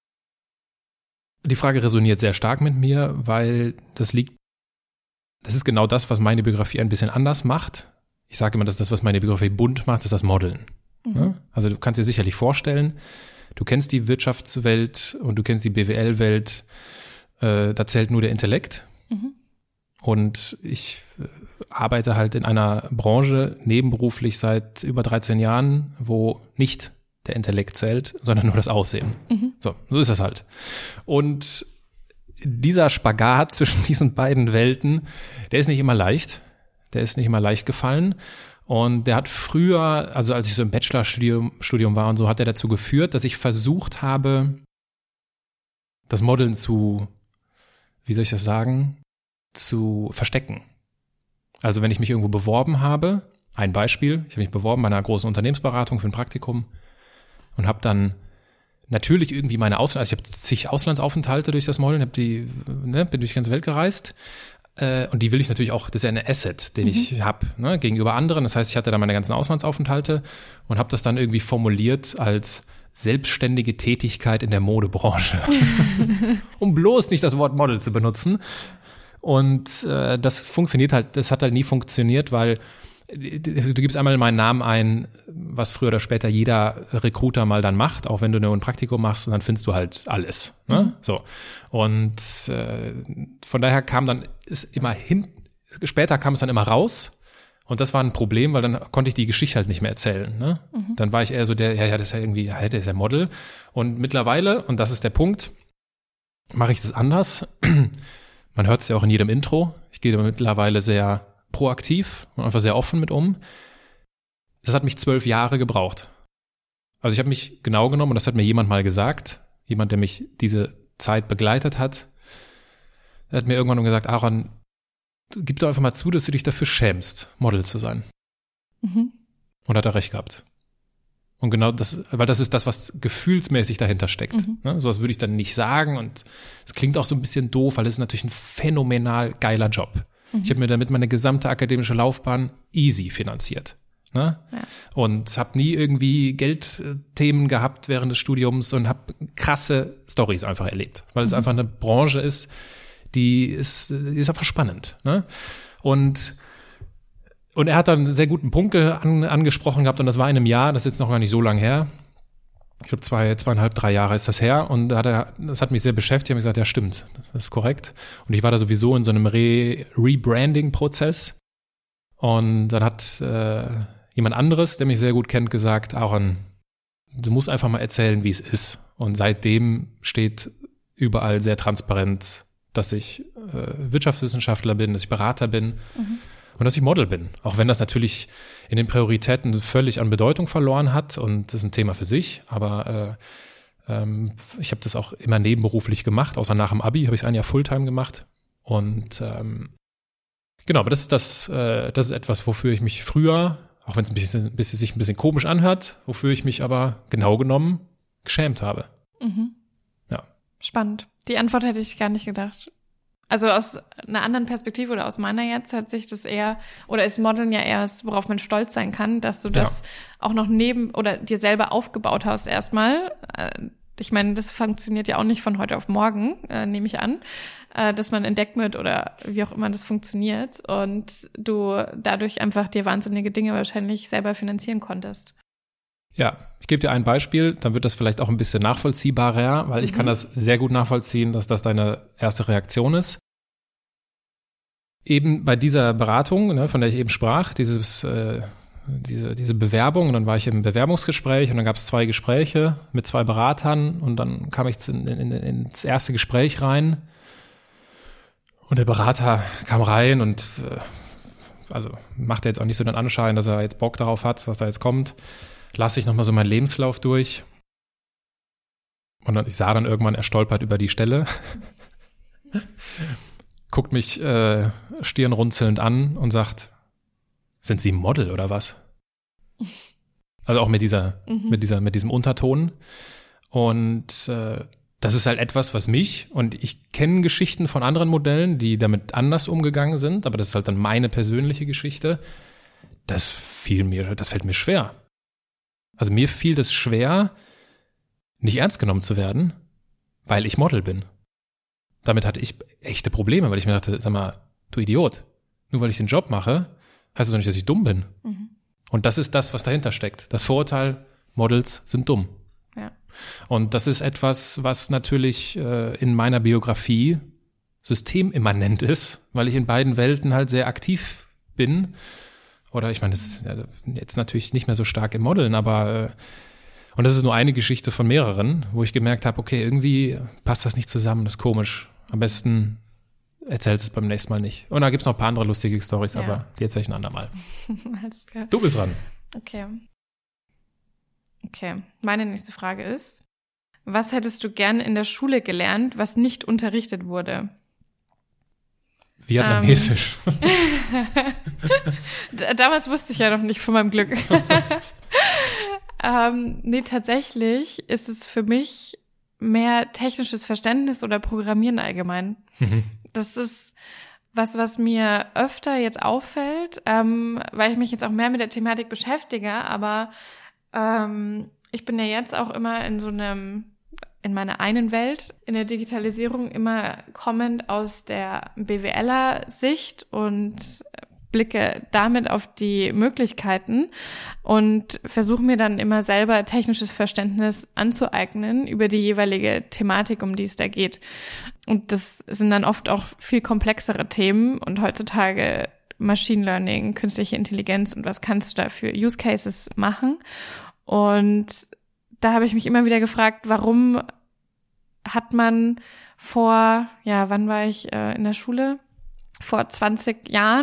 Speaker 1: die Frage resoniert sehr stark mit mir, weil das ist genau das, was meine Biografie ein bisschen anders macht. Ich sage immer, dass das, was meine Biografie bunt macht, ist das Modeln. Ja? Also du kannst dir sicherlich vorstellen, du kennst die Wirtschaftswelt und du kennst die BWL-Welt. Da zählt nur der Intellekt. Und ich arbeite halt in einer Branche nebenberuflich seit über 13 Jahren, wo nicht der Intellekt zählt, sondern nur das Aussehen. So ist das halt. Und dieser Spagat zwischen diesen beiden Welten, der ist nicht immer leicht. Der ist nicht immer leicht gefallen. Und der hat früher, also als ich so im Bachelorstudium war und so, hat er dazu geführt, dass ich versucht habe, das Modeln zu verstecken. Also wenn ich mich irgendwo beworben habe, ein Beispiel, ich habe mich beworben bei einer großen Unternehmensberatung für ein Praktikum und habe dann natürlich irgendwie ich habe zig Auslandsaufenthalte durch das Modeln, bin durch die ganze Welt gereist und die will ich natürlich auch, das ist ja ein Asset, den ich habe, ne, gegenüber anderen. Das heißt, ich hatte da meine ganzen Auslandsaufenthalte und habe das dann irgendwie formuliert als selbstständige Tätigkeit in der Modebranche. Um bloß nicht das Wort Model zu benutzen. Und das hat halt nie funktioniert, weil du gibst einmal meinen Namen ein, was früher oder später jeder Recruiter mal dann macht, auch wenn du nur ein Praktikum machst, und dann findest du halt alles. Ne? So. Und von daher später kam es dann immer raus. Und das war ein Problem, weil dann konnte ich die Geschichte halt nicht mehr erzählen. Ne? Dann war ich eher so das ist ja irgendwie, der ist ja Model. Und mittlerweile, und das ist der Punkt, mache ich das anders. Man hört es ja auch in jedem Intro. Ich gehe mittlerweile sehr proaktiv und einfach sehr offen mit um. Das hat mich 12 Jahre gebraucht. Also ich habe mich genau genommen, und das hat mir jemand mal gesagt, jemand, der mich diese Zeit begleitet hat, der hat mir irgendwann gesagt, Aaron, gib doch einfach mal zu, dass du dich dafür schämst, Model zu sein. Mhm. Und hat er recht gehabt. Und genau das, weil das ist das, was gefühlsmäßig dahinter steckt. Ne? Sowas würde ich dann nicht sagen, und es klingt auch so ein bisschen doof, weil es ist natürlich ein phänomenal geiler Job. Ich habe mir damit meine gesamte akademische Laufbahn easy finanziert. Ne? Ja. Und habe nie irgendwie Geldthemen gehabt während des Studiums und habe krasse Storys einfach erlebt, weil es einfach eine Branche ist, die ist einfach spannend. Ne? Und er hat dann einen sehr guten Punkt angesprochen gehabt, und das war in einem Jahr, das ist jetzt noch gar nicht so lang her. Ich glaube 2,5, 3 Jahre ist das her, und das hat mich sehr beschäftigt. Ich habe gesagt, ja stimmt, das ist korrekt. Und ich war da sowieso in so einem Rebranding-Prozess, und dann hat jemand anderes, der mich sehr gut kennt, gesagt, Aaron, du musst einfach mal erzählen, wie es ist. Und seitdem steht überall sehr transparent, dass ich Wirtschaftswissenschaftler bin, dass ich Berater bin und dass ich Model bin. Auch wenn das natürlich in den Prioritäten völlig an Bedeutung verloren hat, und das ist ein Thema für sich. Aber ich habe das auch immer nebenberuflich gemacht, außer nach dem Abi habe ich es ein Jahr Fulltime gemacht. Und genau, aber das ist etwas, wofür ich mich früher, auch wenn es sich ein bisschen komisch anhört, wofür ich mich aber genau genommen geschämt habe. Mhm. Ja.
Speaker 3: Spannend. Die Antwort hätte ich gar nicht gedacht. Also aus einer anderen Perspektive oder aus meiner jetzt hört sich das eher, oder ist Modeln ja erst, worauf man stolz sein kann, dass du das auch noch neben oder dir selber aufgebaut hast erstmal. Ich meine, das funktioniert ja auch nicht von heute auf morgen, nehme ich an, dass man entdeckt wird oder wie auch immer das funktioniert, und du dadurch einfach dir wahnsinnige Dinge wahrscheinlich selber finanzieren konntest.
Speaker 1: Ja, ich gebe dir ein Beispiel, dann wird das vielleicht auch ein bisschen nachvollziehbarer, weil ich kann das sehr gut nachvollziehen, dass das deine erste Reaktion ist. Eben bei dieser Beratung, ne, von der ich eben sprach, diese Bewerbung, und dann war ich im Bewerbungsgespräch, und dann gab es 2 Gespräche mit 2 Beratern, und dann kam ich ins erste Gespräch rein, und der Berater kam rein und also macht er jetzt auch nicht so den Anschein, dass er jetzt Bock darauf hat, was da jetzt kommt. Lasse ich nochmal so meinen Lebenslauf durch, und ich sah dann irgendwann, er stolpert über die Stelle, guckt mich stirnrunzelnd an und sagt, sind Sie Model oder was? Also auch mit diesem Unterton. Und das ist halt etwas, was mich, und ich kenne Geschichten von anderen Modellen, die damit anders umgegangen sind, aber das ist halt dann meine persönliche Geschichte. Das fällt mir schwer. Also mir fiel das schwer, nicht ernst genommen zu werden, weil ich Model bin. Damit hatte ich echte Probleme, weil ich mir dachte, sag mal, du Idiot, nur weil ich den Job mache, heißt das doch nicht, dass ich dumm bin. Und das ist das, was dahinter steckt. Das Vorurteil, Models sind dumm. Ja. Und das ist etwas, was natürlich in meiner Biografie systemimmanent ist, weil ich in beiden Welten halt sehr aktiv bin. Oder ich meine, das ist jetzt natürlich nicht mehr so stark im Modeln, aber und das ist nur eine Geschichte von mehreren, wo ich gemerkt habe, okay, irgendwie passt das nicht zusammen, das ist komisch. Am besten erzählst es beim nächsten Mal nicht. Und da gibt's noch ein paar andere lustige Storys, aber die erzähle ich ein andermal.
Speaker 3: Alles klar.
Speaker 1: Du bist dran.
Speaker 3: Okay, meine nächste Frage ist, was hättest du gern in der Schule gelernt, was nicht unterrichtet wurde?
Speaker 1: Vietnamesisch.
Speaker 3: Damals wusste ich ja noch nicht von meinem Glück. Nee, tatsächlich ist es für mich mehr technisches Verständnis oder Programmieren allgemein. Das ist was mir öfter jetzt auffällt, weil ich mich jetzt auch mehr mit der Thematik beschäftige, aber ich bin ja jetzt auch immer in meiner einen Welt, in der Digitalisierung, immer kommend aus der BWLer-Sicht und blicke damit auf die Möglichkeiten und versuche mir dann immer selber technisches Verständnis anzueignen über die jeweilige Thematik, um die es da geht. Und das sind dann oft auch viel komplexere Themen und heutzutage Machine Learning, künstliche Intelligenz und was kannst du da für Use Cases machen? Und da habe ich mich immer wieder gefragt, warum hat man wann war ich in der Schule? Vor 20 Jahren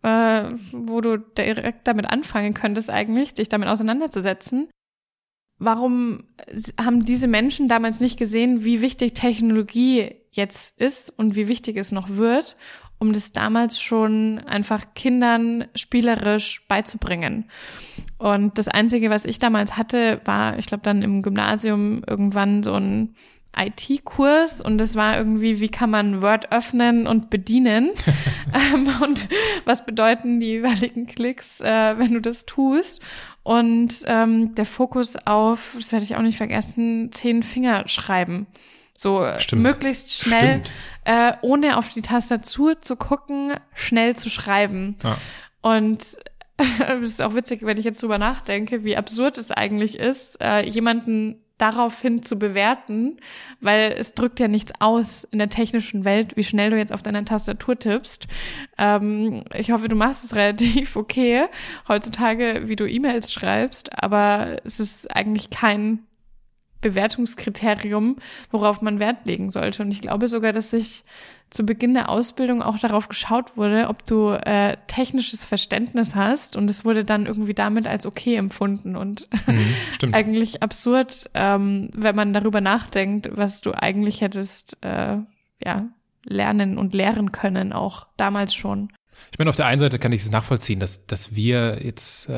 Speaker 3: wo du direkt damit anfangen könntest eigentlich, dich damit auseinanderzusetzen. Warum haben diese Menschen damals nicht gesehen, wie wichtig Technologie jetzt ist und wie wichtig es noch wird, um das damals schon einfach Kindern spielerisch beizubringen? Und das Einzige, was ich damals hatte, war, ich glaube, dann im Gymnasium irgendwann so ein IT-Kurs, und das war irgendwie, wie kann man Word öffnen und bedienen und was bedeuten die jeweiligen Klicks, wenn du das tust. Und der Fokus auf, das werde ich auch nicht vergessen, 10 Finger schreiben. So
Speaker 1: Stimmt.
Speaker 3: Möglichst schnell, ohne auf die Tastatur zu gucken, schnell zu schreiben.
Speaker 1: Ja.
Speaker 3: Und es ist auch witzig, wenn ich jetzt drüber nachdenke, wie absurd es eigentlich ist, jemanden daraufhin zu bewerten, weil es drückt ja nichts aus in der technischen Welt, wie schnell du jetzt auf deiner Tastatur tippst. Ich hoffe, du machst es relativ okay heutzutage, wie du E-Mails schreibst, aber es ist eigentlich kein Bewertungskriterium, worauf man Wert legen sollte. Und ich glaube sogar, dass sich zu Beginn der Ausbildung auch darauf geschaut wurde, ob du technisches Verständnis hast, und es wurde dann irgendwie damit als okay empfunden und eigentlich absurd, wenn man darüber nachdenkt, was du eigentlich hättest lernen und lehren können, auch damals schon.
Speaker 1: Ich meine, auf der einen Seite kann ich es nachvollziehen, dass wir jetzt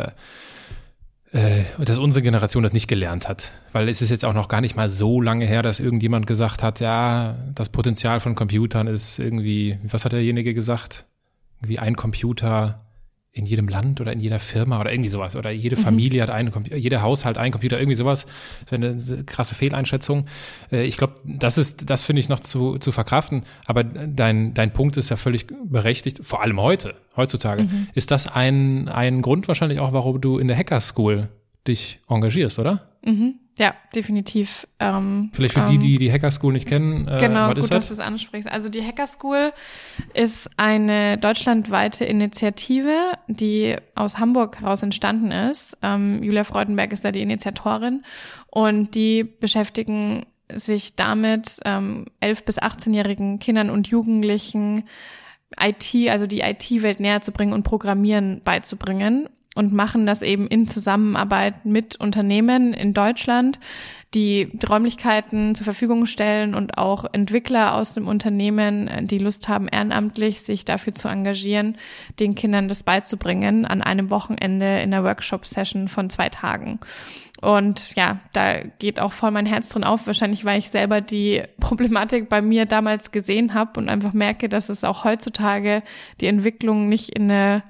Speaker 1: dass unsere Generation das nicht gelernt hat. Weil es ist jetzt auch noch gar nicht mal so lange her, dass irgendjemand gesagt hat, ja, das Potenzial von Computern ist irgendwie, was hat derjenige gesagt? Irgendwie ein Computer in jedem Land oder in jeder Firma oder irgendwie sowas. Oder jede Familie hat einen Computer, jeder Haushalt einen Computer, irgendwie sowas. Das wäre eine krasse Fehleinschätzung. Ich glaube, das finde ich noch zu verkraften. Aber dein Punkt ist ja völlig berechtigt, vor allem heutzutage. Ist das ein Grund wahrscheinlich auch, warum du in der Hacker School dich engagierst, oder?
Speaker 3: Ja, definitiv.
Speaker 1: Vielleicht für die Hacker School nicht kennen,
Speaker 3: genau,
Speaker 1: was ist
Speaker 3: gut, dass du es ansprichst. Also die Hacker School ist eine deutschlandweite Initiative, die aus Hamburg heraus entstanden ist. Julia Freudenberg ist da die Initiatorin, und die beschäftigen sich damit, 11- bis 18-jährigen Kindern und Jugendlichen IT, also die IT-Welt näher zu bringen und Programmieren beizubringen. Und machen das eben in Zusammenarbeit mit Unternehmen in Deutschland, die Räumlichkeiten zur Verfügung stellen, und auch Entwickler aus dem Unternehmen, die Lust haben, ehrenamtlich sich dafür zu engagieren, den Kindern das beizubringen an einem Wochenende in einer Workshop-Session von 2 Tagen. Und ja, da geht auch voll mein Herz drin auf, wahrscheinlich weil ich selber die Problematik bei mir damals gesehen habe und einfach merke, dass es auch heutzutage die Entwicklung nicht in eine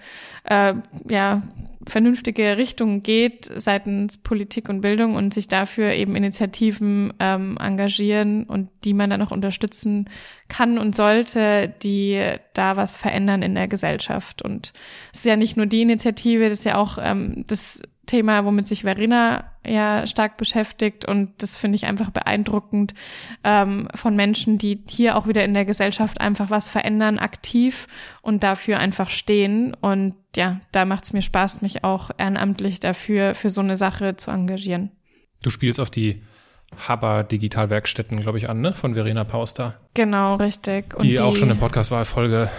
Speaker 3: vernünftige Richtung geht seitens Politik und Bildung, und sich dafür eben Initiativen engagieren und die man dann auch unterstützen kann und sollte, die da was verändern in der Gesellschaft. Und es ist ja nicht nur die Initiative, das ist ja auch das Thema, womit sich Verena ja stark beschäftigt, und das finde ich einfach beeindruckend von Menschen, die hier auch wieder in der Gesellschaft einfach was verändern, aktiv und dafür einfach stehen. Und ja, da macht es mir Spaß, mich auch ehrenamtlich dafür für so eine Sache zu engagieren. Du
Speaker 1: spielst auf die Haber Digitalwerkstätten, glaube ich, an, ne? Von Verena Pauster.
Speaker 3: Genau, richtig.
Speaker 1: Und die auch schon im Podcast war, Folge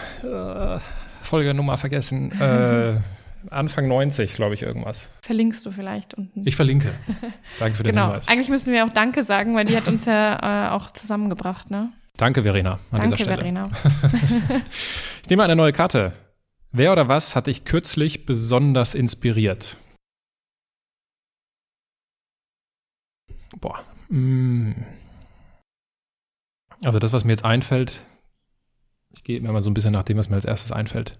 Speaker 1: Nummer vergessen, Anfang 90, glaube ich, irgendwas.
Speaker 3: Verlinkst du vielleicht unten.
Speaker 1: Ich verlinke. Danke für den Hinweis.
Speaker 3: Eigentlich müssen wir auch Danke sagen, weil die hat uns ja auch zusammengebracht, ne?
Speaker 1: Danke, Verena, an dieser Stelle.
Speaker 3: Verena.
Speaker 1: Ich nehme eine neue Karte. Wer oder was hat dich kürzlich besonders inspiriert? Also das, was mir jetzt einfällt, ich gehe mir mal so ein bisschen nach dem, was mir als erstes einfällt.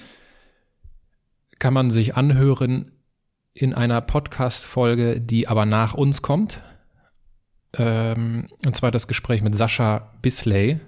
Speaker 1: Kann man sich anhören in einer Podcast-Folge, die aber nach uns kommt. Und zwar das Gespräch mit Sascha Bisley,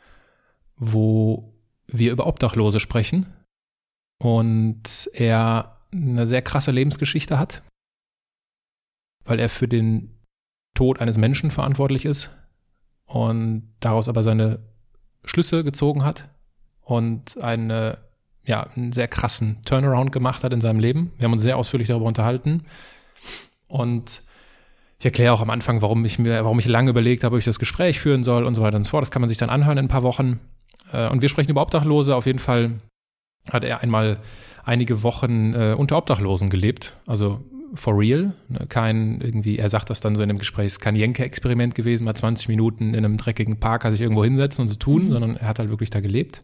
Speaker 1: wo wir über Obdachlose sprechen und er eine sehr krasse Lebensgeschichte hat, weil er für den Tod eines Menschen verantwortlich ist und daraus aber seine Schlüsse gezogen hat und einen sehr krassen Turnaround gemacht hat in seinem Leben. Wir haben uns sehr ausführlich darüber unterhalten. Und ich erkläre auch am Anfang, warum ich lange überlegt habe, ob ich das Gespräch führen soll und so weiter und so fort. Das kann man sich dann anhören in ein paar Wochen. Und wir sprechen über Obdachlose. Auf jeden Fall hat er einmal einige Wochen unter Obdachlosen gelebt, also for real, kein irgendwie, er sagt das dann so in einem Gespräch, es ist kein Jenke-Experiment gewesen, mal 20 Minuten in einem dreckigen Park sich irgendwo hinsetzen und so tun, sondern er hat halt wirklich da gelebt.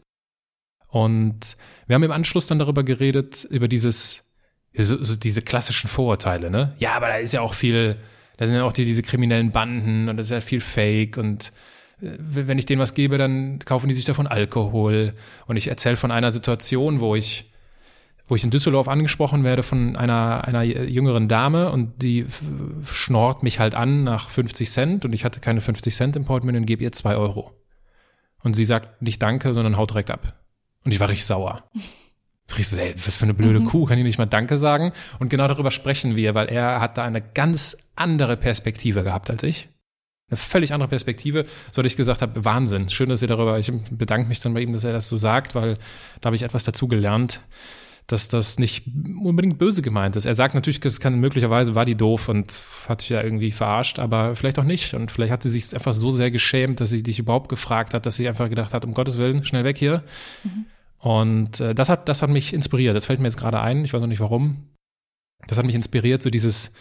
Speaker 1: Und wir haben im Anschluss dann darüber geredet, über diese klassischen Vorurteile, ne? Ja, aber da ist ja auch viel, da sind ja auch diese kriminellen Banden und das ist ja viel Fake und wenn ich denen was gebe, dann kaufen die sich davon Alkohol. Und ich erzähle von einer Situation, wo ich in Düsseldorf angesprochen werde von einer jüngeren Dame und die schnorrt mich halt an nach 50 Cent und ich hatte keine 50 Cent im Portemonnaie und gebe ihr 2 Euro. Und sie sagt nicht Danke, sondern haut direkt ab. Und ich war richtig sauer. Ich so, ey, was für eine blöde Kuh, kann ich nicht mal Danke sagen? Und genau darüber sprechen wir, weil er hat da eine ganz andere Perspektive gehabt als ich. Eine völlig andere Perspektive, so dass ich gesagt habe, Wahnsinn, schön, dass ihr darüber, ich bedanke mich dann bei ihm, dass er das so sagt, weil da habe ich etwas dazu gelernt, dass das nicht unbedingt böse gemeint ist. Er sagt natürlich, möglicherweise war die doof und hat sich ja irgendwie verarscht, aber vielleicht auch nicht. Und vielleicht hat sie sich einfach so sehr geschämt, dass sie dich überhaupt gefragt hat, dass sie einfach gedacht hat, um Gottes Willen, schnell weg hier. Und das hat mich inspiriert. Das fällt mir jetzt gerade ein, ich weiß noch nicht warum. Das hat mich inspiriert, so dieses,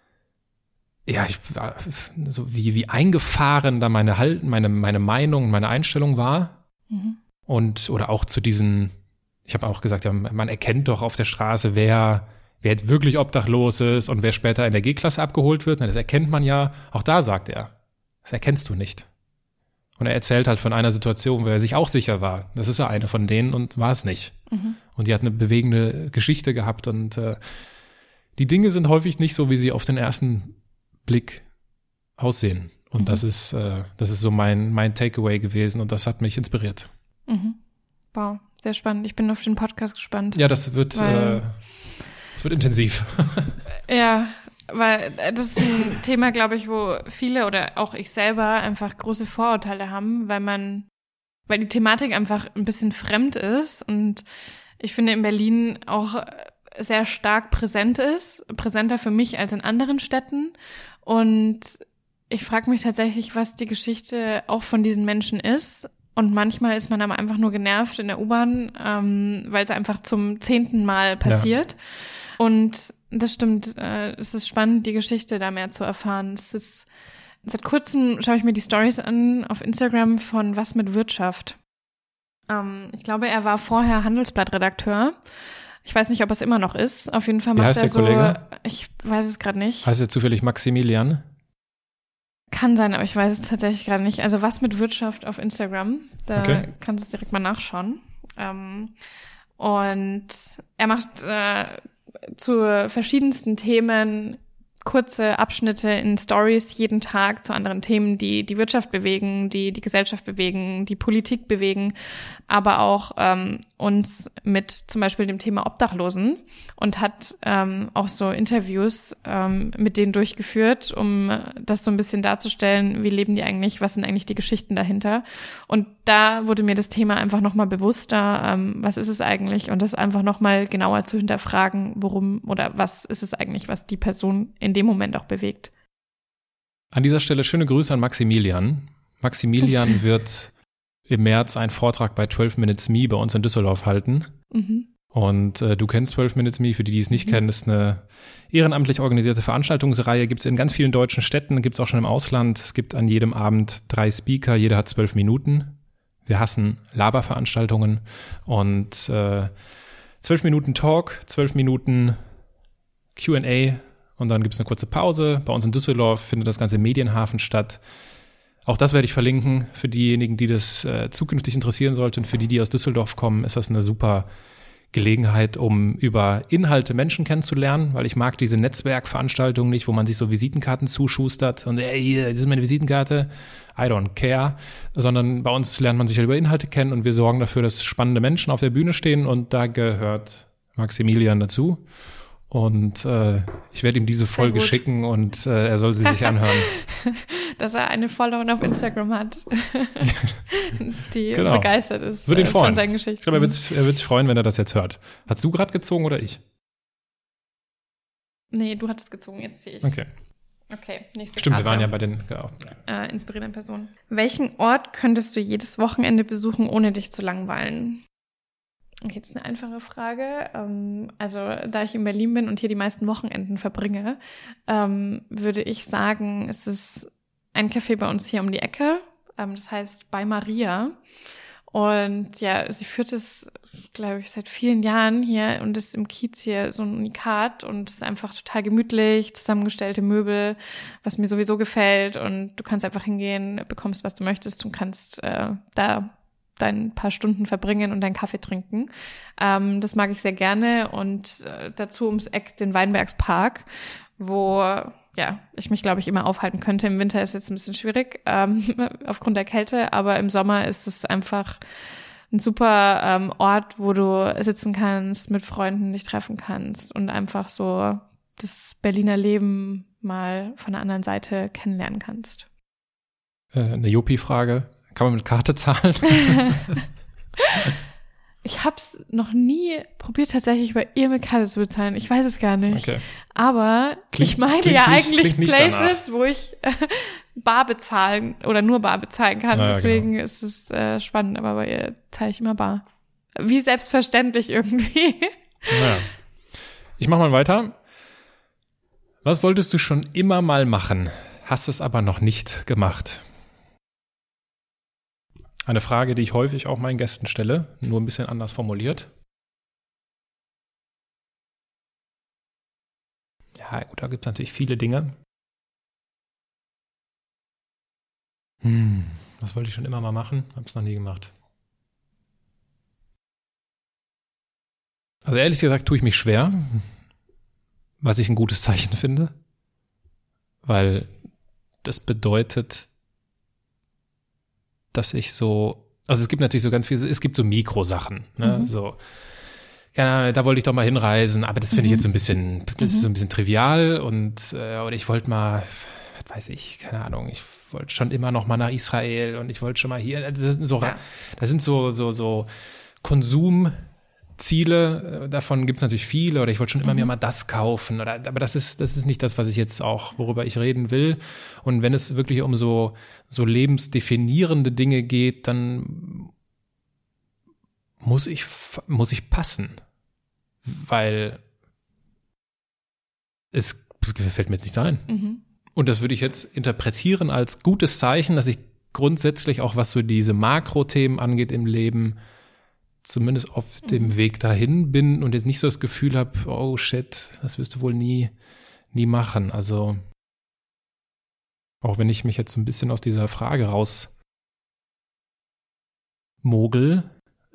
Speaker 1: ja, so wie eingefahren da meine Meinung, meine Einstellung war. Und, oder auch zu diesen, ich habe auch gesagt, ja, man erkennt doch auf der Straße, wer jetzt wirklich obdachlos ist und wer später in der G-Klasse abgeholt wird. Das erkennt man ja. Auch da sagt er, das erkennst du nicht. Und er erzählt halt von einer Situation, wo er sich auch sicher war. Das ist ja eine von denen und war es nicht. Und die hat eine bewegende Geschichte gehabt und die Dinge sind häufig nicht so, wie sie auf den ersten Blick aussehen. Und das ist so mein Takeaway gewesen und das hat mich inspiriert.
Speaker 3: Wow, sehr spannend. Ich bin auf den Podcast gespannt.
Speaker 1: Ja, das wird intensiv.
Speaker 3: Ja, weil das ist ein Thema, glaube ich, wo viele oder auch ich selber einfach große Vorurteile haben, weil die Thematik einfach ein bisschen fremd ist und ich finde in Berlin auch sehr stark präsent ist, präsenter für mich als in anderen Städten. Und ich frage mich tatsächlich, was die Geschichte auch von diesen Menschen ist. Und manchmal ist man aber einfach nur genervt in der U-Bahn, weil es einfach zum 10. Mal passiert. Ja. Und das stimmt, es ist spannend, die Geschichte da mehr zu erfahren. Seit kurzem schaue ich mir die Stories an auf Instagram von Was mit Wirtschaft. Ich glaube, er war vorher Handelsblatt-Redakteur. Ich weiß nicht, ob es immer noch ist. Auf jeden Fall macht er so, Kollege? Ich weiß es gerade nicht.
Speaker 1: Heißt er zufällig Maximilian?
Speaker 3: Kann sein, aber ich weiß es tatsächlich gerade nicht. Also Was mit Wirtschaft auf Instagram, da kannst du es direkt mal nachschauen. Und er macht zu verschiedensten Themen kurze Abschnitte in Stories jeden Tag zu anderen Themen, die die Wirtschaft bewegen, die die Gesellschaft bewegen, die Politik bewegen, aber auch uns mit zum Beispiel dem Thema Obdachlosen und hat auch so Interviews mit denen durchgeführt, um das so ein bisschen darzustellen, wie leben die eigentlich, was sind eigentlich die Geschichten dahinter. Und da wurde mir das Thema einfach nochmal bewusster, was ist es eigentlich und das einfach nochmal genauer zu hinterfragen, worum oder was ist es eigentlich, was die Person in dem Moment auch bewegt.
Speaker 1: An dieser Stelle schöne Grüße an Maximilian. Maximilian wird im März einen Vortrag bei 12 Minutes Me bei uns in Düsseldorf halten. Und du kennst 12 Minutes Me, für die es nicht kennen, ist eine ehrenamtlich organisierte Veranstaltungsreihe, gibt es in ganz vielen deutschen Städten, gibt es auch schon im Ausland. Es gibt an jedem Abend 3 Speaker, jeder hat 12 Minuten. Wir hassen Laberveranstaltungen und 12 Minuten Talk, 12 Minuten Q&A und dann gibt es eine kurze Pause. Bei uns in Düsseldorf findet das Ganze im Medienhafen statt. Auch das werde ich verlinken für diejenigen, die das zukünftig interessieren sollten. Für die aus Düsseldorf kommen, ist das eine super Gelegenheit, um über Inhalte Menschen kennenzulernen, weil ich mag diese Netzwerkveranstaltungen nicht, wo man sich so Visitenkarten zuschustert und hier, das ist meine Visitenkarte, I don't care, sondern bei uns lernt man sich halt über Inhalte kennen und wir sorgen dafür, dass spannende Menschen auf der Bühne stehen und da gehört Maximilian dazu. Und ich werde ihm diese Folge schicken und er soll sie sich anhören.
Speaker 3: Dass er eine Followerin auf Instagram hat, die begeistert ist
Speaker 1: Würde ihn freuen.
Speaker 3: Von seinen Geschichten.
Speaker 1: Ich glaube, er wird sich freuen, wenn er das jetzt hört. Hast du gerade gezogen oder ich?
Speaker 3: Nee, du hattest gezogen, jetzt ziehe ich.
Speaker 1: Okay,
Speaker 3: nächste
Speaker 1: Stimmt,
Speaker 3: Karte.
Speaker 1: wir waren ja bei den
Speaker 3: inspirierenden Personen. Welchen Ort könntest du jedes Wochenende besuchen, ohne dich zu langweilen? Okay, das ist eine einfache Frage. Also da ich in Berlin bin und hier die meisten Wochenenden verbringe, würde ich sagen, es ist ein Café bei uns hier um die Ecke. Das heißt bei Maria. Und ja, sie führt es, glaube ich, seit vielen Jahren hier und ist im Kiez hier so ein Unikat und ist einfach total gemütlich, zusammengestellte Möbel, was mir sowieso gefällt. Und du kannst einfach hingehen, bekommst, was du möchtest und kannst da dein paar Stunden verbringen und deinen Kaffee trinken. Das mag ich sehr gerne. Und dazu ums Eck den Weinbergspark, wo ich mich, glaube ich, immer aufhalten könnte. Im Winter ist jetzt ein bisschen schwierig, aufgrund der Kälte, aber im Sommer ist es einfach ein super Ort, wo du sitzen kannst, mit Freunden dich treffen kannst und einfach so das Berliner Leben mal von der anderen Seite kennenlernen kannst.
Speaker 1: Eine Jopi-Frage. Kann man mit Karte zahlen?
Speaker 3: Ich hab's noch nie probiert, tatsächlich bei ihr mit Karte zu bezahlen. Ich weiß es gar nicht. Okay. Aber ich meine ja eigentlich Places, wo ich bar bezahlen oder nur bar bezahlen kann. Ja, deswegen ist es spannend. Aber bei ihr zahle ich immer bar. Wie selbstverständlich irgendwie.
Speaker 1: Naja. Ich mach mal weiter. Was wolltest du schon immer mal machen, hast es aber noch nicht gemacht? Eine Frage, die ich häufig auch meinen Gästen stelle, nur ein bisschen anders formuliert. Ja, gut, da gibt es natürlich viele Dinge. Was wollte ich schon immer mal machen? Hab's noch nie gemacht. Also ehrlich gesagt tue ich mich schwer, was ich ein gutes Zeichen finde, weil das bedeutet, dass ich so, also es gibt natürlich so ganz viele, es gibt so Mikrosachen, ne, so, keine Ahnung, da wollte ich doch mal hinreisen, aber das finde ich jetzt so ein bisschen, das ist so ein bisschen trivial und, oder ich wollte mal, was weiß ich, keine Ahnung, ich wollte schon immer noch mal nach Israel und ich wollte schon mal hier, also das sind so Konsumziele, davon gibt's natürlich viele, oder ich wollte schon immer mir mal das kaufen, aber das ist nicht das, was ich jetzt auch, worüber ich reden will. Und wenn es wirklich um so lebensdefinierende Dinge geht, dann muss ich passen, weil es fällt mir jetzt nicht ein. Und das würde ich jetzt interpretieren als gutes Zeichen, dass ich grundsätzlich auch, was so diese Makrothemen angeht im Leben, zumindest auf dem Weg dahin bin und jetzt nicht so das Gefühl habe, oh shit, das wirst du wohl nie machen. Also auch wenn ich mich jetzt ein bisschen aus dieser Frage rausmogel,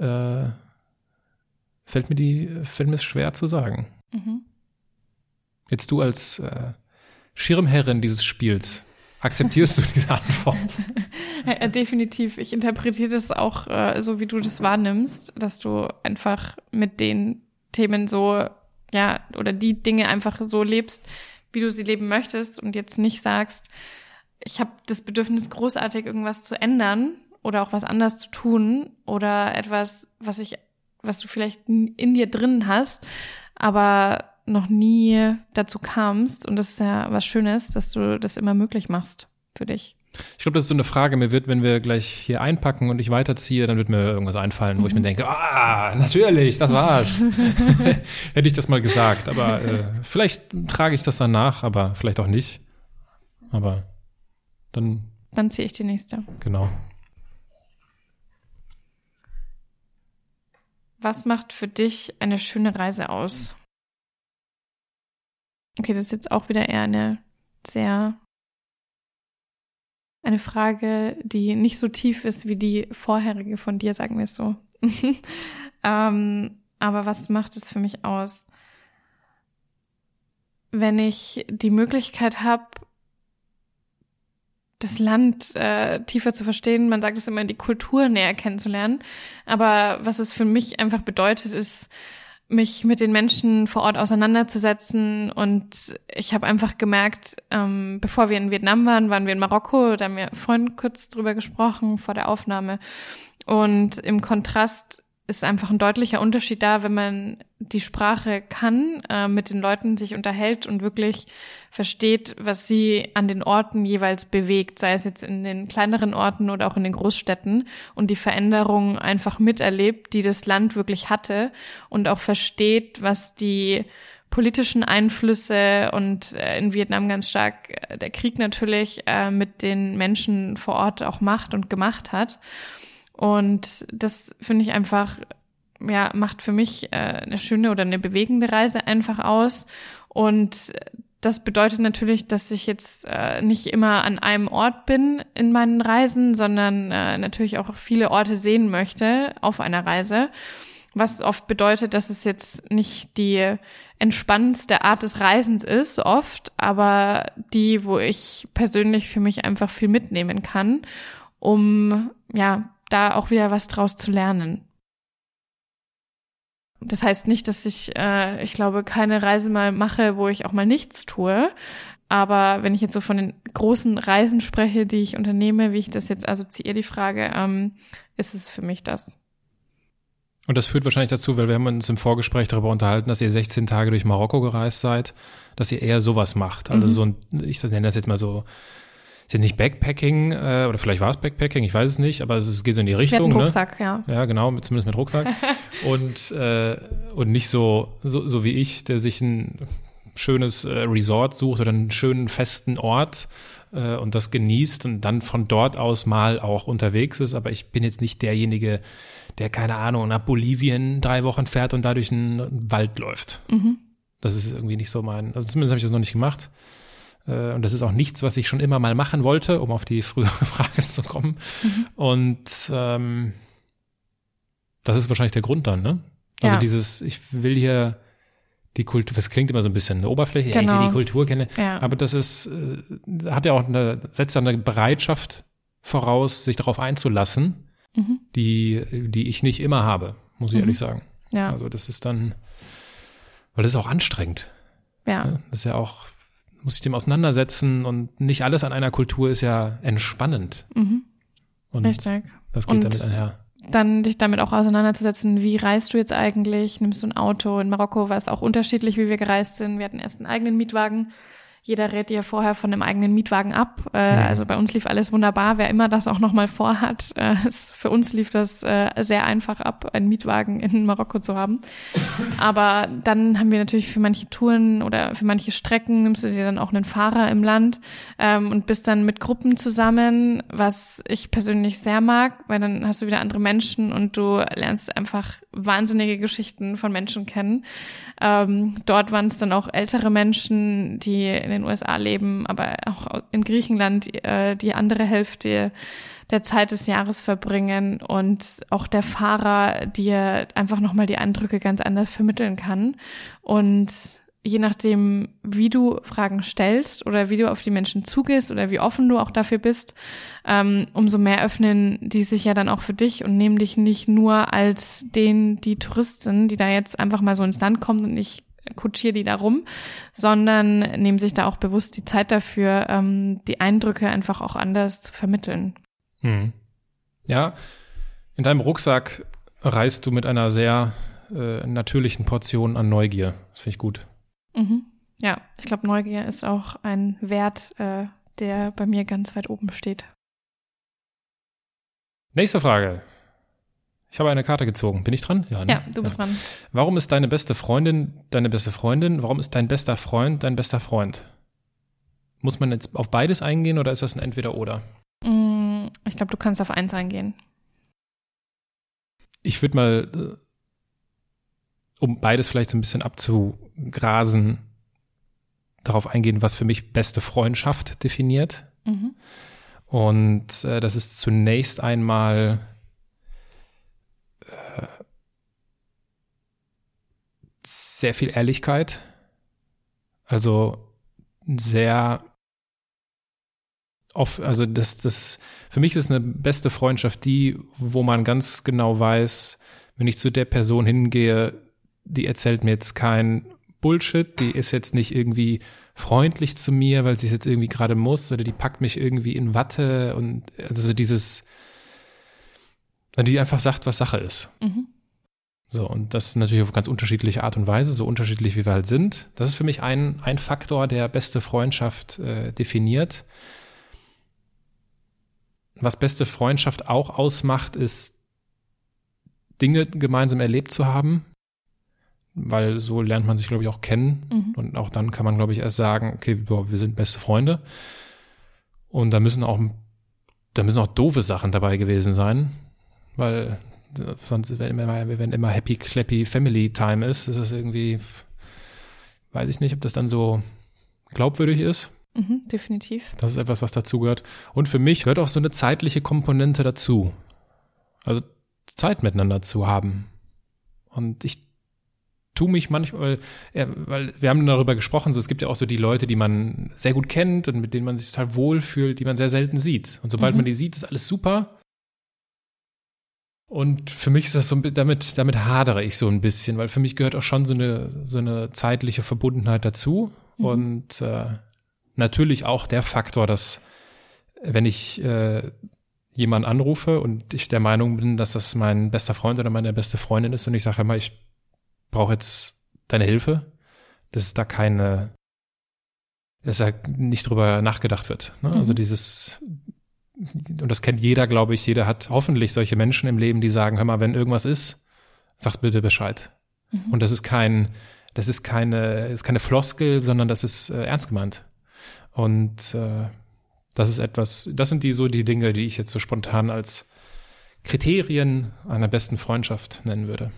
Speaker 1: fällt mir es schwer zu sagen. Jetzt du als Schirmherrin dieses Spiels, akzeptierst du diese Antwort?
Speaker 3: Ja, definitiv. Ich interpretiere das auch so, wie du das wahrnimmst, dass du einfach mit den Themen so, oder die Dinge einfach so lebst, wie du sie leben möchtest und jetzt nicht sagst, ich habe das Bedürfnis, großartig irgendwas zu ändern oder auch was anders zu tun oder etwas, was du vielleicht in dir drin hast, aber noch nie dazu kamst. Und das ist ja was Schönes, dass du das immer möglich machst für dich.
Speaker 1: Ich glaube, das ist so eine Frage, mir wird, wenn wir gleich hier einpacken und ich weiterziehe, dann wird mir irgendwas einfallen, wo ich mir denke, natürlich, das war's. Hätte ich das mal gesagt. Aber vielleicht trage ich das dann nach, aber vielleicht auch nicht. Aber dann
Speaker 3: ziehe ich die nächste.
Speaker 1: Genau.
Speaker 3: Was macht für dich eine schöne Reise aus? Okay, das ist jetzt auch wieder eher eine Frage, die nicht so tief ist wie die vorherige von dir, sagen wir es so. Aber was macht es für mich aus? Wenn ich die Möglichkeit habe, das Land tiefer zu verstehen, man sagt es immer, die Kultur näher kennenzulernen. Aber was es für mich einfach bedeutet, ist, mich mit den Menschen vor Ort auseinanderzusetzen. Und ich habe einfach gemerkt, bevor wir in Vietnam waren wir in Marokko, da haben wir vorhin kurz drüber gesprochen vor der Aufnahme. Und im Kontrast ist einfach ein deutlicher Unterschied da, wenn man die Sprache kann, mit den Leuten sich unterhält und wirklich versteht, was sie an den Orten jeweils bewegt, sei es jetzt in den kleineren Orten oder auch in den Großstädten, und die Veränderungen einfach miterlebt, die das Land wirklich hatte, und auch versteht, was die politischen Einflüsse und in Vietnam ganz stark der Krieg natürlich mit den Menschen vor Ort auch macht und gemacht hat. Und das finde ich einfach, ja, macht für mich eine schöne oder eine bewegende Reise einfach aus. Und das bedeutet natürlich, dass ich jetzt nicht immer an einem Ort bin in meinen Reisen, sondern natürlich auch viele Orte sehen möchte auf einer Reise. Was oft bedeutet, dass es jetzt nicht die entspannendste Art des Reisens ist, oft, aber die, wo ich persönlich für mich einfach viel mitnehmen kann, um, ja, da auch wieder was draus zu lernen. Das heißt nicht, dass ich glaube, keine Reise mal mache, wo ich auch mal nichts tue. Aber wenn ich jetzt so von den großen Reisen spreche, die ich unternehme, wie ich das jetzt assoziiere, die Frage, ist es für mich das.
Speaker 1: Und das führt wahrscheinlich dazu, weil wir haben uns im Vorgespräch darüber unterhalten, dass ihr 16 Tage durch Marokko gereist seid, dass ihr eher sowas macht. Also so ein, ich nenne das jetzt mal so, ist jetzt nicht Backpacking, oder vielleicht war es Backpacking, ich weiß es nicht, aber es geht so in die Richtung.
Speaker 3: Wir hatten Rucksack, ne?
Speaker 1: Ja, genau, zumindest mit Rucksack. und nicht so wie ich, der sich ein schönes Resort sucht oder einen schönen festen Ort und das genießt und dann von dort aus mal auch unterwegs ist. Aber ich bin jetzt nicht derjenige, der, keine Ahnung, nach Bolivien 3 Wochen fährt und da durch einen Wald läuft. Das ist irgendwie nicht so also zumindest habe ich das noch nicht gemacht. Und das ist auch nichts, was ich schon immer mal machen wollte, um auf die frühere Frage zu kommen. Und das ist wahrscheinlich der Grund dann, ne? Also ich will hier die Kultur, das klingt immer so ein bisschen eine Oberfläche,
Speaker 3: genau.
Speaker 1: Ich will die Kultur kennen,
Speaker 3: ja.
Speaker 1: Aber das ist, hat ja auch setzt ja eine Bereitschaft voraus, sich darauf einzulassen, die ich nicht immer habe, muss ich ehrlich sagen.
Speaker 3: Ja.
Speaker 1: Also das ist dann, weil das ist auch anstrengend.
Speaker 3: Ja.
Speaker 1: Das ist ja auch, muss ich dem auseinandersetzen, und nicht alles an einer Kultur ist ja entspannend. Und
Speaker 3: richtig.
Speaker 1: Das geht damit einher.
Speaker 3: Dann dich damit auch auseinanderzusetzen, wie reist du jetzt eigentlich? Nimmst du ein Auto? In Marokko war es auch unterschiedlich, wie wir gereist sind. Wir hatten erst einen eigenen Mietwagen. Jeder rät ja vorher von einem eigenen Mietwagen ab. Also bei uns lief alles wunderbar. Wer immer das auch nochmal vorhat, für uns lief das sehr einfach ab, einen Mietwagen in Marokko zu haben. Aber dann haben wir natürlich für manche Touren oder für manche Strecken nimmst du dir dann auch einen Fahrer im Land und bist dann mit Gruppen zusammen, was ich persönlich sehr mag, weil dann hast du wieder andere Menschen und du lernst einfach wahnsinnige Geschichten von Menschen kennen. Dort waren es dann auch ältere Menschen, die in den USA leben, aber auch in Griechenland die andere Hälfte der Zeit des Jahres verbringen, und auch der Fahrer dir einfach nochmal die Eindrücke ganz anders vermitteln kann. Und je nachdem, wie du Fragen stellst oder wie du auf die Menschen zugehst oder wie offen du auch dafür bist, umso mehr öffnen die sich ja dann auch für dich und nehmen dich nicht nur als die Touristin, die da jetzt einfach mal so ins Land kommt und ich kutschiere die da rum, sondern nehmen sich da auch bewusst die Zeit dafür, die Eindrücke einfach auch anders zu vermitteln.
Speaker 1: Ja, in deinem Rucksack reist du mit einer sehr natürlichen Portion an Neugier. Das finde ich gut.
Speaker 3: Ja, ich glaube, Neugier ist auch ein Wert, der bei mir ganz weit oben steht.
Speaker 1: Nächste Frage. Ich habe eine Karte gezogen. Bin ich dran? Ja, ne?
Speaker 3: Ja, du bist dran.
Speaker 1: Warum ist deine beste Freundin deine beste Freundin? Warum ist dein bester Freund dein bester Freund? Muss man jetzt auf beides eingehen oder ist das ein Entweder-Oder?
Speaker 3: Ich glaube, du kannst auf eins eingehen.
Speaker 1: Ich würde mal, um beides vielleicht so ein bisschen abzugrasen, darauf eingehen, was für mich beste Freundschaft definiert. Und das ist zunächst einmal sehr viel Ehrlichkeit. Also sehr oft, also das für mich ist eine beste Freundschaft die, wo man ganz genau weiß, wenn ich zu der Person hingehe, die erzählt mir jetzt kein Bullshit, die ist jetzt nicht irgendwie freundlich zu mir, weil sie es jetzt irgendwie gerade muss, oder die packt mich irgendwie in Watte, und also dieses, die einfach sagt, was Sache ist. So, und das natürlich auf ganz unterschiedliche Art und Weise, so unterschiedlich wie wir halt sind. Das ist für mich ein Faktor, der beste Freundschaft definiert. Was beste Freundschaft auch ausmacht, ist, Dinge gemeinsam erlebt zu haben, weil so lernt man sich, glaube ich, auch kennen. Und auch dann kann man, glaube ich, erst sagen, okay, boah, wir sind beste Freunde. Und da müssen auch doofe Sachen dabei gewesen sein, weil sonst, wenn immer happy, clappy Family Time ist es irgendwie, weiß ich nicht, ob das dann so glaubwürdig ist.
Speaker 3: Definitiv.
Speaker 1: Das ist etwas, was dazugehört. Und für mich gehört auch so eine zeitliche Komponente dazu. Also Zeit miteinander zu haben. Und ich tue mich manchmal, weil wir haben darüber gesprochen, so es gibt ja auch so die Leute, die man sehr gut kennt und mit denen man sich total wohlfühlt, die man sehr selten sieht. Und sobald man die sieht, ist alles super. Und für mich ist das so, damit hadere ich so ein bisschen, weil für mich gehört auch schon so eine zeitliche Verbundenheit dazu. Und natürlich auch der Faktor, dass wenn ich jemanden anrufe und ich der Meinung bin, dass das mein bester Freund oder meine beste Freundin ist und ich sage immer, ich brauche jetzt deine Hilfe, dass da nicht drüber nachgedacht wird. Ne? Also und das kennt jeder, glaube ich, jeder hat hoffentlich solche Menschen im Leben, die sagen, hör mal, wenn irgendwas ist, sag bitte Bescheid. Und das ist keine Floskel, sondern das ist ernst gemeint. Und das sind die Dinge, die ich jetzt so spontan als Kriterien einer besten Freundschaft nennen würde.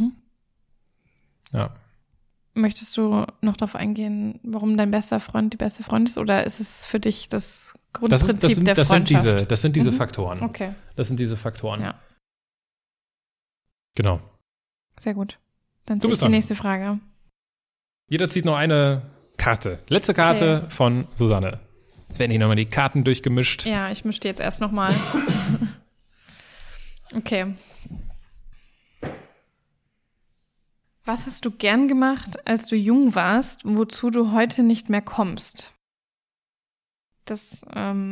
Speaker 1: Ja.
Speaker 3: Möchtest du noch darauf eingehen, warum dein bester Freund die beste Freundin ist? Oder ist es für dich das Grundprinzip der Freundschaft?
Speaker 1: Das sind diese Faktoren.
Speaker 3: Okay.
Speaker 1: Das sind diese Faktoren.
Speaker 3: Ja.
Speaker 1: Genau.
Speaker 3: Sehr gut. Dann ziehe ich die nächste Frage.
Speaker 1: Jeder zieht noch eine Karte. Letzte Karte von Susanne. Jetzt werden hier nochmal die Karten durchgemischt.
Speaker 3: Ja, ich mische die jetzt erst nochmal. Okay. Was hast du gern gemacht, als du jung warst, wozu du heute nicht mehr kommst? Das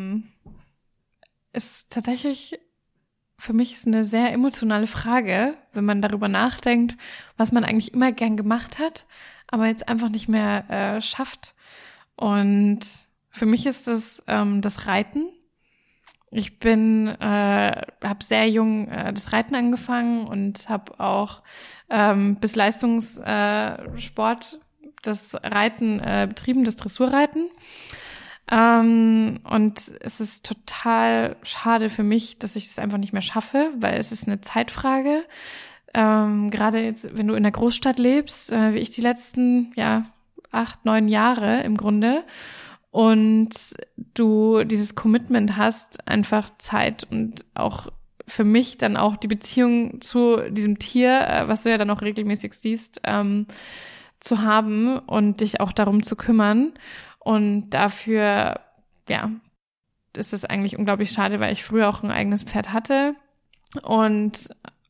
Speaker 3: ist tatsächlich, für mich ist eine sehr emotionale Frage, wenn man darüber nachdenkt, was man eigentlich immer gern gemacht hat, aber jetzt einfach nicht mehr schafft. Und für mich ist es das Reiten. Ich habe sehr jung das Reiten angefangen und habe auch bis Leistungssport das Reiten betrieben, das Dressurreiten. Und es ist total schade für mich, dass ich es einfach nicht mehr schaffe, weil es ist eine Zeitfrage. Gerade jetzt, wenn du in der Großstadt lebst, wie ich die letzten 8, 9 Jahre im Grunde, und du dieses Commitment hast, einfach Zeit und auch für mich dann auch die Beziehung zu diesem Tier, was du ja dann auch regelmäßig siehst, zu haben und dich auch darum zu kümmern. Und dafür, ist es eigentlich unglaublich schade, weil ich früher auch ein eigenes Pferd hatte. Und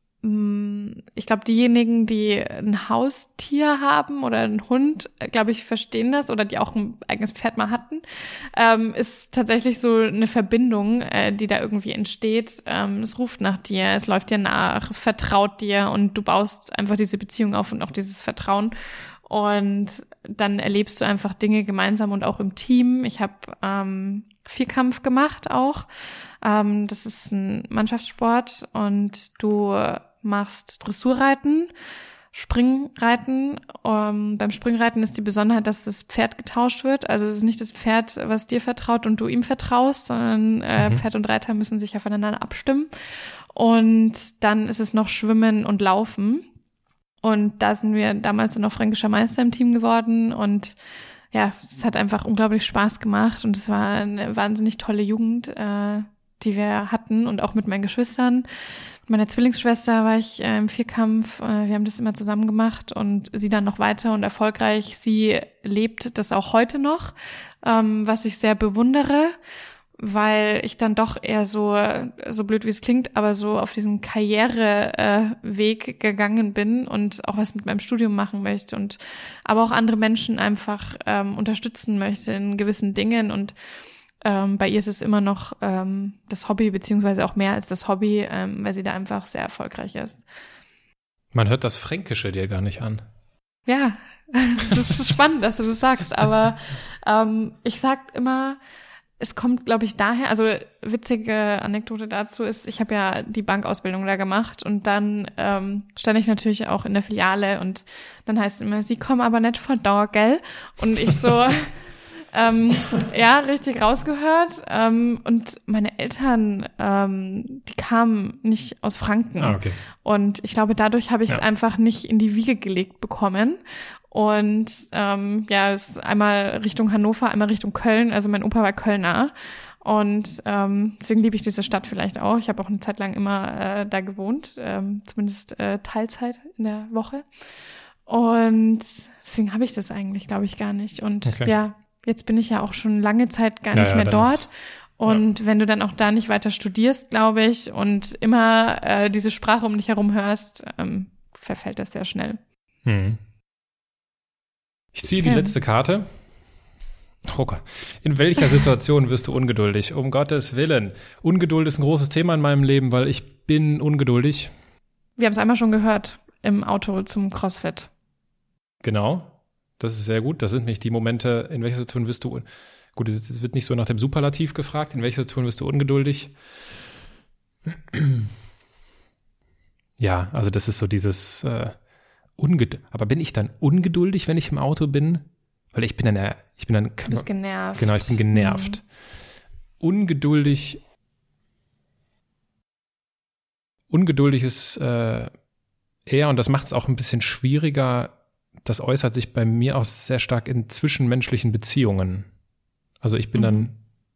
Speaker 3: ich glaube, diejenigen, die ein Haustier haben oder einen Hund, glaube ich, verstehen das, oder die auch ein eigenes Pferd mal hatten, ist tatsächlich so eine Verbindung, die da irgendwie entsteht. Es ruft nach dir, es läuft dir nach, es vertraut dir und du baust einfach diese Beziehung auf und auch dieses Vertrauen. Und dann erlebst du einfach Dinge gemeinsam und auch im Team. Ich habe Vierkampf gemacht auch. Das ist ein Mannschaftssport und du machst Dressurreiten, Springreiten. Beim Springreiten ist die Besonderheit, dass das Pferd getauscht wird. Also es ist nicht das Pferd, was dir vertraut und du ihm vertraust, sondern Pferd und Reiter müssen sich aufeinander abstimmen. Und dann ist es noch Schwimmen und Laufen. Und da sind wir damals dann auch fränkischer Meister im Team geworden. Und ja, es hat einfach unglaublich Spaß gemacht. Und es war eine wahnsinnig tolle Jugend, die wir hatten, und auch mit meinen Geschwistern. Mit meiner Zwillingsschwester war ich im Vierkampf. Wir haben das immer zusammen gemacht und sie dann noch weiter und erfolgreich. Sie lebt das auch heute noch, was ich sehr bewundere, weil ich dann doch eher so blöd wie es klingt, aber so auf diesen Karriereweg gegangen bin und auch was mit meinem Studium machen möchte und aber auch andere Menschen einfach unterstützen möchte in gewissen Dingen. Und bei ihr ist es immer noch das Hobby, beziehungsweise auch mehr als das Hobby, weil sie da einfach sehr erfolgreich ist.
Speaker 1: Man hört das Fränkische dir gar nicht an.
Speaker 3: Ja, es ist spannend, dass du das sagst, aber ich sag immer, es kommt, glaube ich, daher, also witzige Anekdote dazu ist, ich habe ja die Bankausbildung da gemacht und dann stand ich natürlich auch in der Filiale und dann heißt es immer, sie kommen aber nicht von da, gell? Und ich so, ja, richtig rausgehört. Und meine Eltern, die kamen nicht aus Franken.
Speaker 1: Ah, okay.
Speaker 3: Und ich glaube, dadurch habe ich es einfach nicht in die Wiege gelegt bekommen. Und ja, es ist einmal Richtung Hannover, einmal Richtung Köln. Also mein Opa war Kölner. Und deswegen liebe ich diese Stadt vielleicht auch. Ich habe auch eine Zeit lang immer da gewohnt, zumindest Teilzeit in der Woche. Und deswegen habe ich das eigentlich, glaube ich, gar nicht. Und ja, jetzt bin ich ja auch schon lange Zeit gar nicht mehr dort. Und wenn du dann auch da nicht weiter studierst, glaube ich, und immer diese Sprache um dich herum hörst, verfällt das sehr schnell.
Speaker 1: Ich ziehe die letzte Karte. Oh Gott. In welcher Situation wirst du ungeduldig? Um Gottes Willen. Ungeduld ist ein großes Thema in meinem Leben, weil ich bin ungeduldig.
Speaker 3: Wir haben es einmal schon gehört im Auto zum CrossFit.
Speaker 1: Genau. Das ist sehr gut. Das sind nämlich die Momente, in welcher Situation wirst du, gut, es wird nicht so nach dem Superlativ gefragt, in welcher Situation wirst du ungeduldig? Ja, also das ist so dieses aber bin ich dann ungeduldig, wenn ich im Auto bin? Weil ich bin dann
Speaker 3: Du bist genervt.
Speaker 1: Genau, ich bin genervt. Ungeduldig ist eher, und das macht es auch ein bisschen schwieriger, das äußert sich bei mir auch sehr stark in zwischenmenschlichen Beziehungen. Also ich bin dann,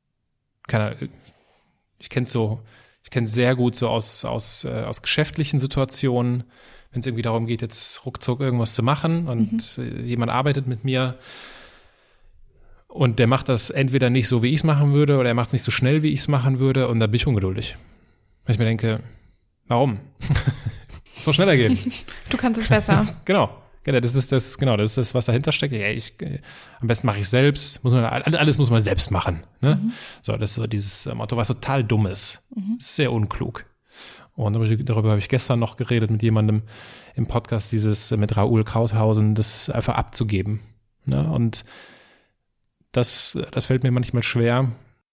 Speaker 1: ich kenne es sehr gut so aus geschäftlichen Situationen, wenn es irgendwie darum geht, jetzt ruckzuck irgendwas zu machen und jemand arbeitet mit mir und der macht das entweder nicht so, wie ich es machen würde, oder er macht es nicht so schnell, wie ich es machen würde, und da bin ich ungeduldig. Weil ich mir denke, warum? Muss doch schneller gehen.
Speaker 3: Du kannst es besser.
Speaker 1: Genau. Das ist das, was dahinter steckt. Ja, am besten mache ich selbst. Alles muss man selbst machen. Ne? So, das ist so dieses Motto, was total dumm ist. Sehr unklug. Und darüber habe ich gestern noch geredet mit jemandem im Podcast, mit Raoul Krauthausen, das einfach abzugeben. Ne? Und das fällt mir manchmal schwer.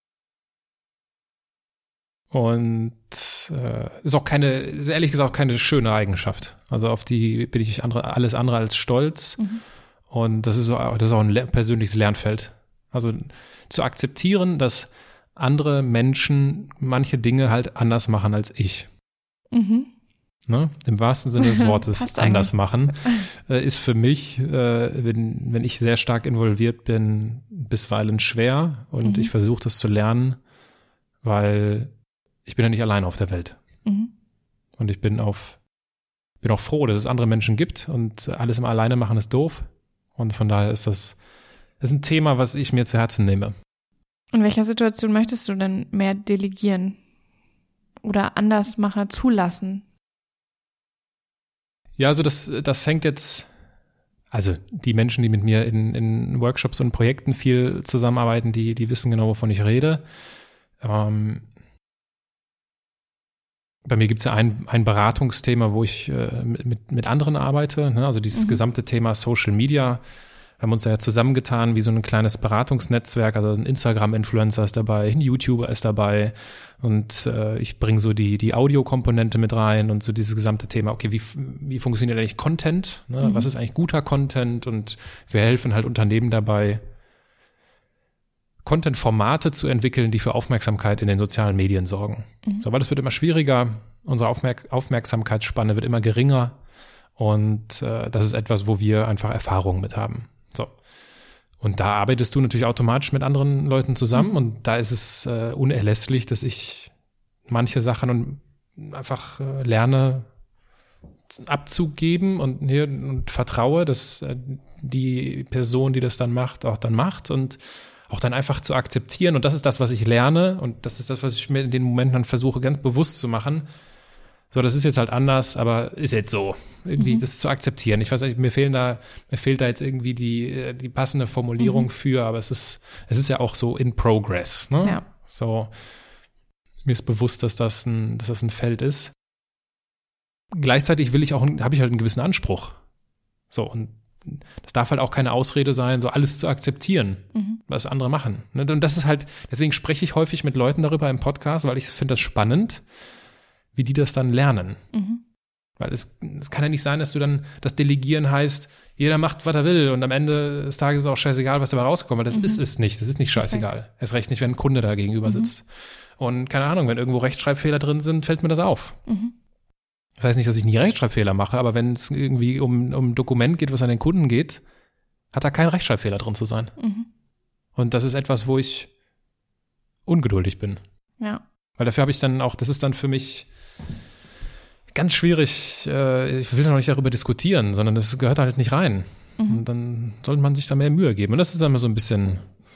Speaker 1: Und ist ehrlich gesagt auch keine schöne Eigenschaft. Also auf die bin ich alles andere als stolz. Und das ist auch ein persönliches Lernfeld. Also zu akzeptieren, dass andere Menschen manche Dinge halt anders machen als ich. Ne? Im wahrsten Sinne des Wortes anders machen, ist für mich, wenn ich sehr stark involviert bin, bisweilen schwer. Und ich versuche das zu lernen, weil ich bin ja nicht allein auf der Welt. Und ich bin auch froh, dass es andere Menschen gibt, und alles im Alleine machen ist doof. Und von daher ist das ein Thema, was ich mir zu Herzen nehme.
Speaker 3: In welcher Situation möchtest du denn mehr delegieren oder Andersmacher zulassen?
Speaker 1: Ja, also das hängt jetzt, also die Menschen, die mit mir in Workshops und Projekten viel zusammenarbeiten, die wissen genau, wovon ich rede. Bei mir gibt es ja ein Beratungsthema, wo ich mit anderen arbeite, ne? Also dieses gesamte Thema Social Media. Wir haben uns ja zusammengetan wie so ein kleines Beratungsnetzwerk. Also ein Instagram-Influencer ist dabei, ein YouTuber ist dabei, und ich bringe so die Audiokomponente mit rein und so dieses gesamte Thema, okay, wie funktioniert eigentlich Content? Ne? Was ist eigentlich guter Content? Und wir helfen halt Unternehmen dabei, Content-Formate zu entwickeln, die für Aufmerksamkeit in den sozialen Medien sorgen. So, aber das wird immer schwieriger, unsere Aufmerksamkeitsspanne wird immer geringer, und das ist etwas, wo wir einfach Erfahrung mit haben. So. Und da arbeitest du natürlich automatisch mit anderen Leuten zusammen, und da ist es unerlässlich, dass ich manche Sachen einfach lerne abzugeben und vertraue, dass die Person, die das dann macht, auch dann macht, und auch dann einfach zu akzeptieren. Und das ist das, was ich lerne. Und das ist das, was ich mir in den Momenten dann versuche, ganz bewusst zu machen. So, das ist jetzt halt anders, aber ist jetzt so. Irgendwie das zu akzeptieren. Ich weiß nicht, mir fehlt da jetzt irgendwie die passende Formulierung für, aber es ist ja auch so in progress, ne?
Speaker 3: Ja.
Speaker 1: So, mir ist bewusst, dass das ein Feld ist. gleichzeitig habe ich halt einen gewissen Anspruch. So, und das darf halt auch keine Ausrede sein, so alles zu akzeptieren, was andere machen. Und das ist halt, deswegen spreche ich häufig mit Leuten darüber im Podcast, weil ich finde das spannend, wie die das dann lernen. Weil es kann ja nicht sein, dass du dann das Delegieren heißt, jeder macht, was er will und am Ende des Tages ist auch scheißegal, was dabei rauskommt, weil das ist es nicht. Das ist nicht scheißegal. Erst recht nicht, wenn ein Kunde da gegenüber sitzt. Und keine Ahnung, wenn irgendwo Rechtschreibfehler drin sind, fällt mir das auf. Das heißt nicht, dass ich nie Rechtschreibfehler mache, aber wenn es irgendwie um ein Dokument geht, was an den Kunden geht, hat da kein Rechtschreibfehler drin zu sein. Und das ist etwas, wo ich ungeduldig bin.
Speaker 3: Ja.
Speaker 1: Weil dafür habe ich dann auch, das ist dann für mich ganz schwierig, ich will noch nicht darüber diskutieren, sondern das gehört halt nicht rein. Und dann sollte man sich da mehr Mühe geben. Und das ist dann mal so ein bisschen,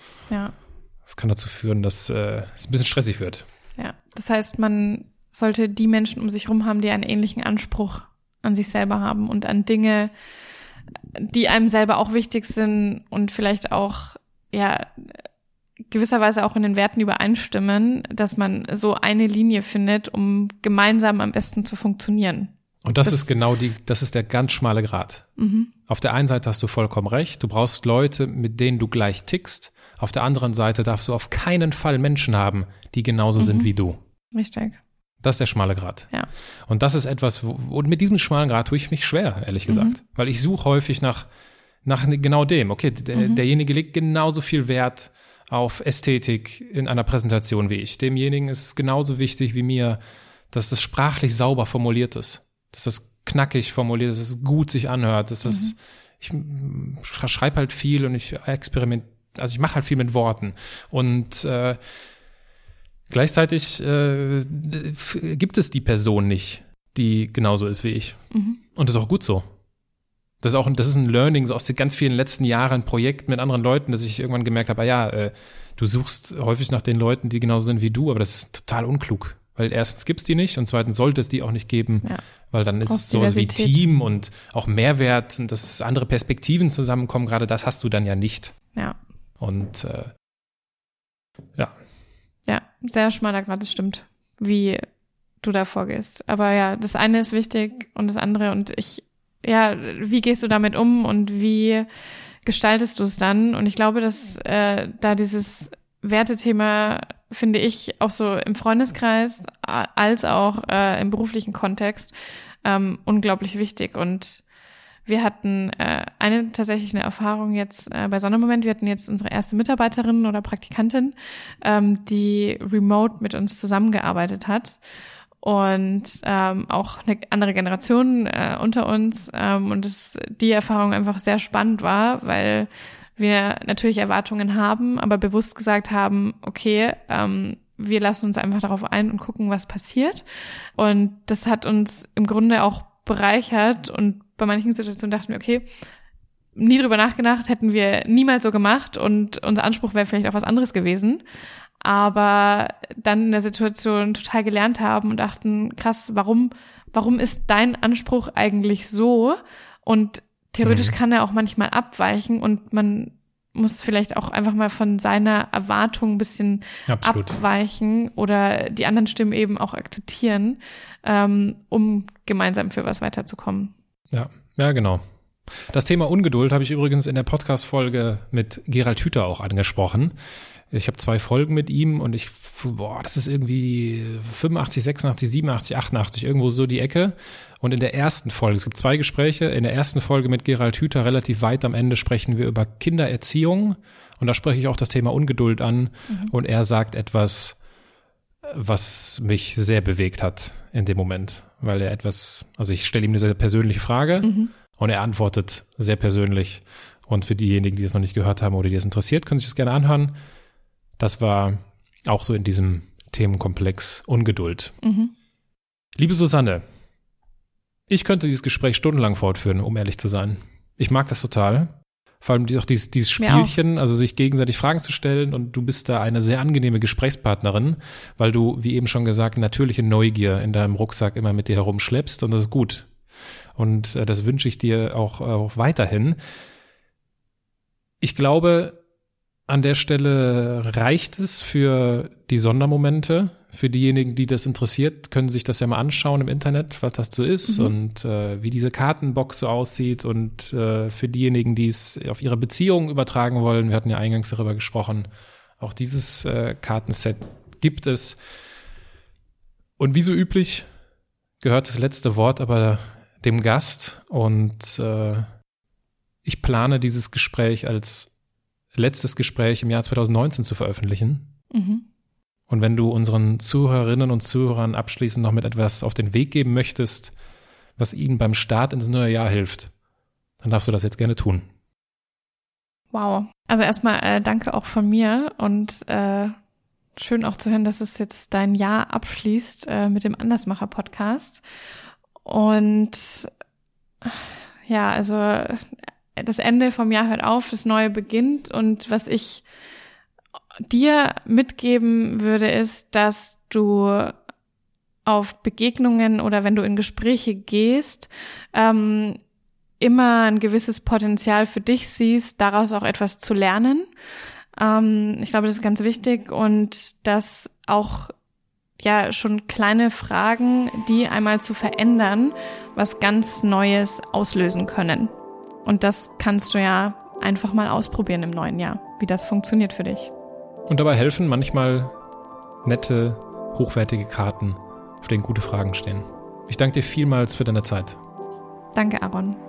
Speaker 1: das kann dazu führen, dass es ein bisschen stressig wird.
Speaker 3: Ja, das heißt, man sollte die Menschen um sich rum haben, die einen ähnlichen Anspruch an sich selber haben und an Dinge, die einem selber auch wichtig sind und vielleicht auch, gewisserweise auch in den Werten übereinstimmen, dass man so eine Linie findet, um gemeinsam am besten zu funktionieren.
Speaker 1: Und das ist das ist der ganz schmale Grat. Auf der einen Seite hast du vollkommen recht, du brauchst Leute, mit denen du gleich tickst. Auf der anderen Seite darfst du auf keinen Fall Menschen haben, die genauso sind wie du.
Speaker 3: Richtig.
Speaker 1: Das ist der schmale Grat.
Speaker 3: Ja.
Speaker 1: Und das ist etwas, und mit diesem schmalen Grat tue ich mich schwer, ehrlich gesagt. Weil ich suche häufig nach genau dem. Okay, derjenige legt genauso viel Wert auf Ästhetik in einer Präsentation wie ich. Demjenigen ist es genauso wichtig wie mir, dass das sprachlich sauber formuliert ist. Dass das knackig formuliert ist, dass es gut sich anhört. Ich schreibe halt viel und ich mache halt viel mit Worten. Und gleichzeitig gibt es die Person nicht, die genauso ist wie ich. Und das ist auch gut so. Das ist ein Learning so aus den ganz vielen letzten Jahren Projekten mit anderen Leuten, dass ich irgendwann gemerkt habe, du suchst häufig nach den Leuten, die genauso sind wie du, aber das ist total unklug. Weil erstens gibt's die nicht und zweitens sollte es die auch nicht geben, weil dann ist es sowas wie Team und auch Mehrwert und dass andere Perspektiven zusammenkommen, gerade das hast du dann ja nicht.
Speaker 3: Ja.
Speaker 1: Und
Speaker 3: Ja, sehr schmaler Grad, das stimmt, wie du da vorgehst. Aber ja, das eine ist wichtig und das andere wie gehst du damit um und wie gestaltest du es dann? Und ich glaube, dass da dieses Wertethema, finde ich, auch so im Freundeskreis als auch im beruflichen Kontext unglaublich wichtig. Und wir hatten tatsächlich eine Erfahrung jetzt bei Sondermoment. Wir hatten jetzt unsere erste Mitarbeiterin oder Praktikantin, die remote mit uns zusammengearbeitet hat. Und auch eine andere Generation unter uns. Und die Erfahrung einfach sehr spannend war, weil wir natürlich Erwartungen haben, aber bewusst gesagt haben, okay, wir lassen uns einfach darauf ein und gucken, was passiert. Und das hat uns im Grunde auch bereichert. Und bei manchen Situationen dachten wir, okay, nie drüber nachgedacht, hätten wir niemals so gemacht und unser Anspruch wäre vielleicht auch was anderes gewesen. Aber dann in der Situation total gelernt haben und dachten, krass, warum ist dein Anspruch eigentlich so? Und theoretisch kann er auch manchmal abweichen und man muss vielleicht auch einfach mal von seiner Erwartung ein bisschen abweichen oder die anderen Stimmen eben auch akzeptieren, um gemeinsam für was weiterzukommen.
Speaker 1: Ja, genau. Das Thema Ungeduld habe ich übrigens in der Podcast-Folge mit Gerald Hüther auch angesprochen. Ich habe 2 Folgen mit ihm und das ist irgendwie 85, 86, 87, 88, irgendwo so die Ecke. Und in der ersten Folge, es gibt 2 Gespräche, in der ersten Folge mit Gerald Hüther relativ weit am Ende sprechen wir über Kindererziehung und da spreche ich auch das Thema Ungeduld an und er sagt etwas, was mich sehr bewegt hat in dem Moment, weil er ich stelle ihm eine sehr persönliche Frage und er antwortet sehr persönlich und für diejenigen, die es noch nicht gehört haben oder die es interessiert, können sich das gerne anhören. Das war auch so in diesem Themenkomplex Ungeduld. Liebe Susanne, ich könnte dieses Gespräch stundenlang fortführen, um ehrlich zu sein. Ich mag das total. Vor allem auch dieses Spielchen, also sich gegenseitig Fragen zu stellen und du bist da eine sehr angenehme Gesprächspartnerin, weil du, wie eben schon gesagt, natürliche Neugier in deinem Rucksack immer mit dir herumschleppst und das ist gut. Und das wünsche ich dir auch weiterhin. Ich glaube, an der Stelle reicht es für die Sondermomente, Für diejenigen, die das interessiert, können sich das ja mal anschauen im Internet, was das so ist und wie diese Kartenbox so aussieht. Und für diejenigen, die es auf ihre Beziehung übertragen wollen, wir hatten ja eingangs darüber gesprochen, auch dieses Kartenset gibt es. Und wie so üblich gehört das letzte Wort aber dem Gast. Und ich plane dieses Gespräch als letztes Gespräch im Jahr 2019 zu veröffentlichen. Und wenn du unseren Zuhörerinnen und Zuhörern abschließend noch mit etwas auf den Weg geben möchtest, was ihnen beim Start ins neue Jahr hilft, dann darfst du das jetzt gerne tun.
Speaker 3: Wow. Also erstmal danke auch von mir und schön auch zu hören, dass es jetzt dein Jahr abschließt mit dem Andersmacher-Podcast. Und ja, also das Ende vom Jahr hört auf, das Neue beginnt. Und was ich dir mitgeben würde, ist, dass du auf Begegnungen oder wenn du in Gespräche gehst, immer ein gewisses Potenzial für dich siehst, daraus auch etwas zu lernen. Ich glaube, das ist ganz wichtig und dass auch ja schon kleine Fragen, die einmal zu verändern, was ganz Neues auslösen können. Und das kannst du ja einfach mal ausprobieren im neuen Jahr, wie das funktioniert für dich.
Speaker 1: Und dabei helfen manchmal nette, hochwertige Karten, auf denen gute Fragen stehen. Ich danke dir vielmals für deine Zeit.
Speaker 3: Danke, Aaron.